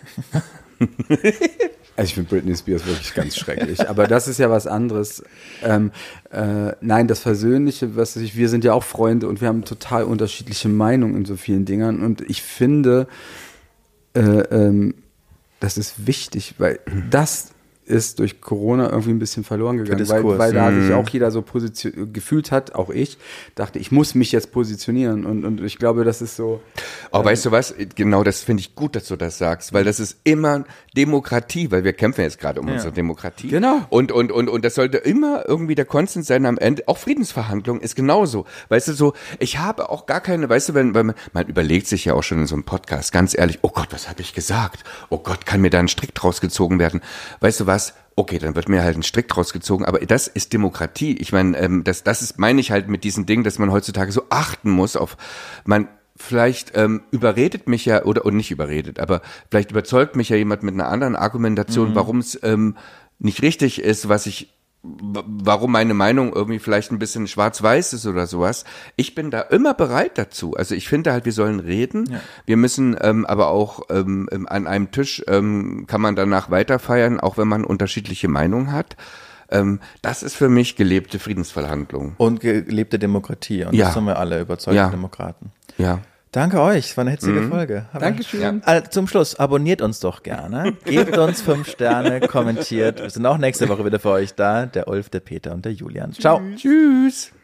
Also ich finde Britney Spears wirklich ganz schrecklich. Aber das ist ja was anderes. Ähm, äh, nein, das Versöhnliche, was ich, wir sind ja auch Freunde und wir haben total unterschiedliche Meinungen in so vielen Dingern. Und ich finde, äh, ähm, das ist wichtig, weil das ist durch Corona irgendwie ein bisschen verloren gegangen, weil, Diskurs. weil da sich auch jeder so positioniert gefühlt hat, auch ich, dachte, ich muss mich jetzt positionieren und, und ich glaube, das ist so. Oh, weißt du was? Genau, das finde ich gut, dass du das sagst, weil das ist immer Demokratie, weil wir kämpfen jetzt gerade um Ja. unsere Demokratie. Genau. Und, und, und, und das sollte immer irgendwie der Konsens sein am Ende. Auch Friedensverhandlungen ist genauso. Weißt du, so, ich habe auch gar keine, weißt du, wenn, wenn man, man überlegt sich ja auch schon in so einem Podcast, ganz ehrlich, oh Gott, was habe ich gesagt? Oh Gott, kann mir da ein Strick draus gezogen werden? Weißt du was? Okay, dann wird mir halt ein Strick draus gezogen, aber das ist Demokratie. Ich meine, ähm, das, das ist, meine ich halt mit diesem Ding, dass man heutzutage so achten muss auf, man, vielleicht ähm, überredet mich ja, oder, oder nicht überredet, aber vielleicht überzeugt mich ja jemand mit einer anderen Argumentation, warum es ähm, nicht richtig ist, was ich, w- warum meine Meinung irgendwie vielleicht ein bisschen schwarz-weiß ist oder sowas. Ich bin da immer bereit dazu. Also ich finde halt, wir sollen reden. Ja. Wir müssen ähm, aber auch ähm, ähm, an einem Tisch ähm, kann man danach weiterfeiern, auch wenn man unterschiedliche Meinungen hat. Ähm, das ist für mich gelebte Friedensverhandlung. Und gelebte Demokratie. Und Ja. das sind wir alle überzeugte Ja. Demokraten. Ja. Danke euch, war eine hitzige Folge. Aber- Dankeschön. Äh, Zum Schluss, abonniert uns doch gerne, gebt uns fünf Sterne, kommentiert. Wir sind auch nächste Woche wieder für euch da, der Ulf, der Peter und der Julian. Ciao. Tschüss.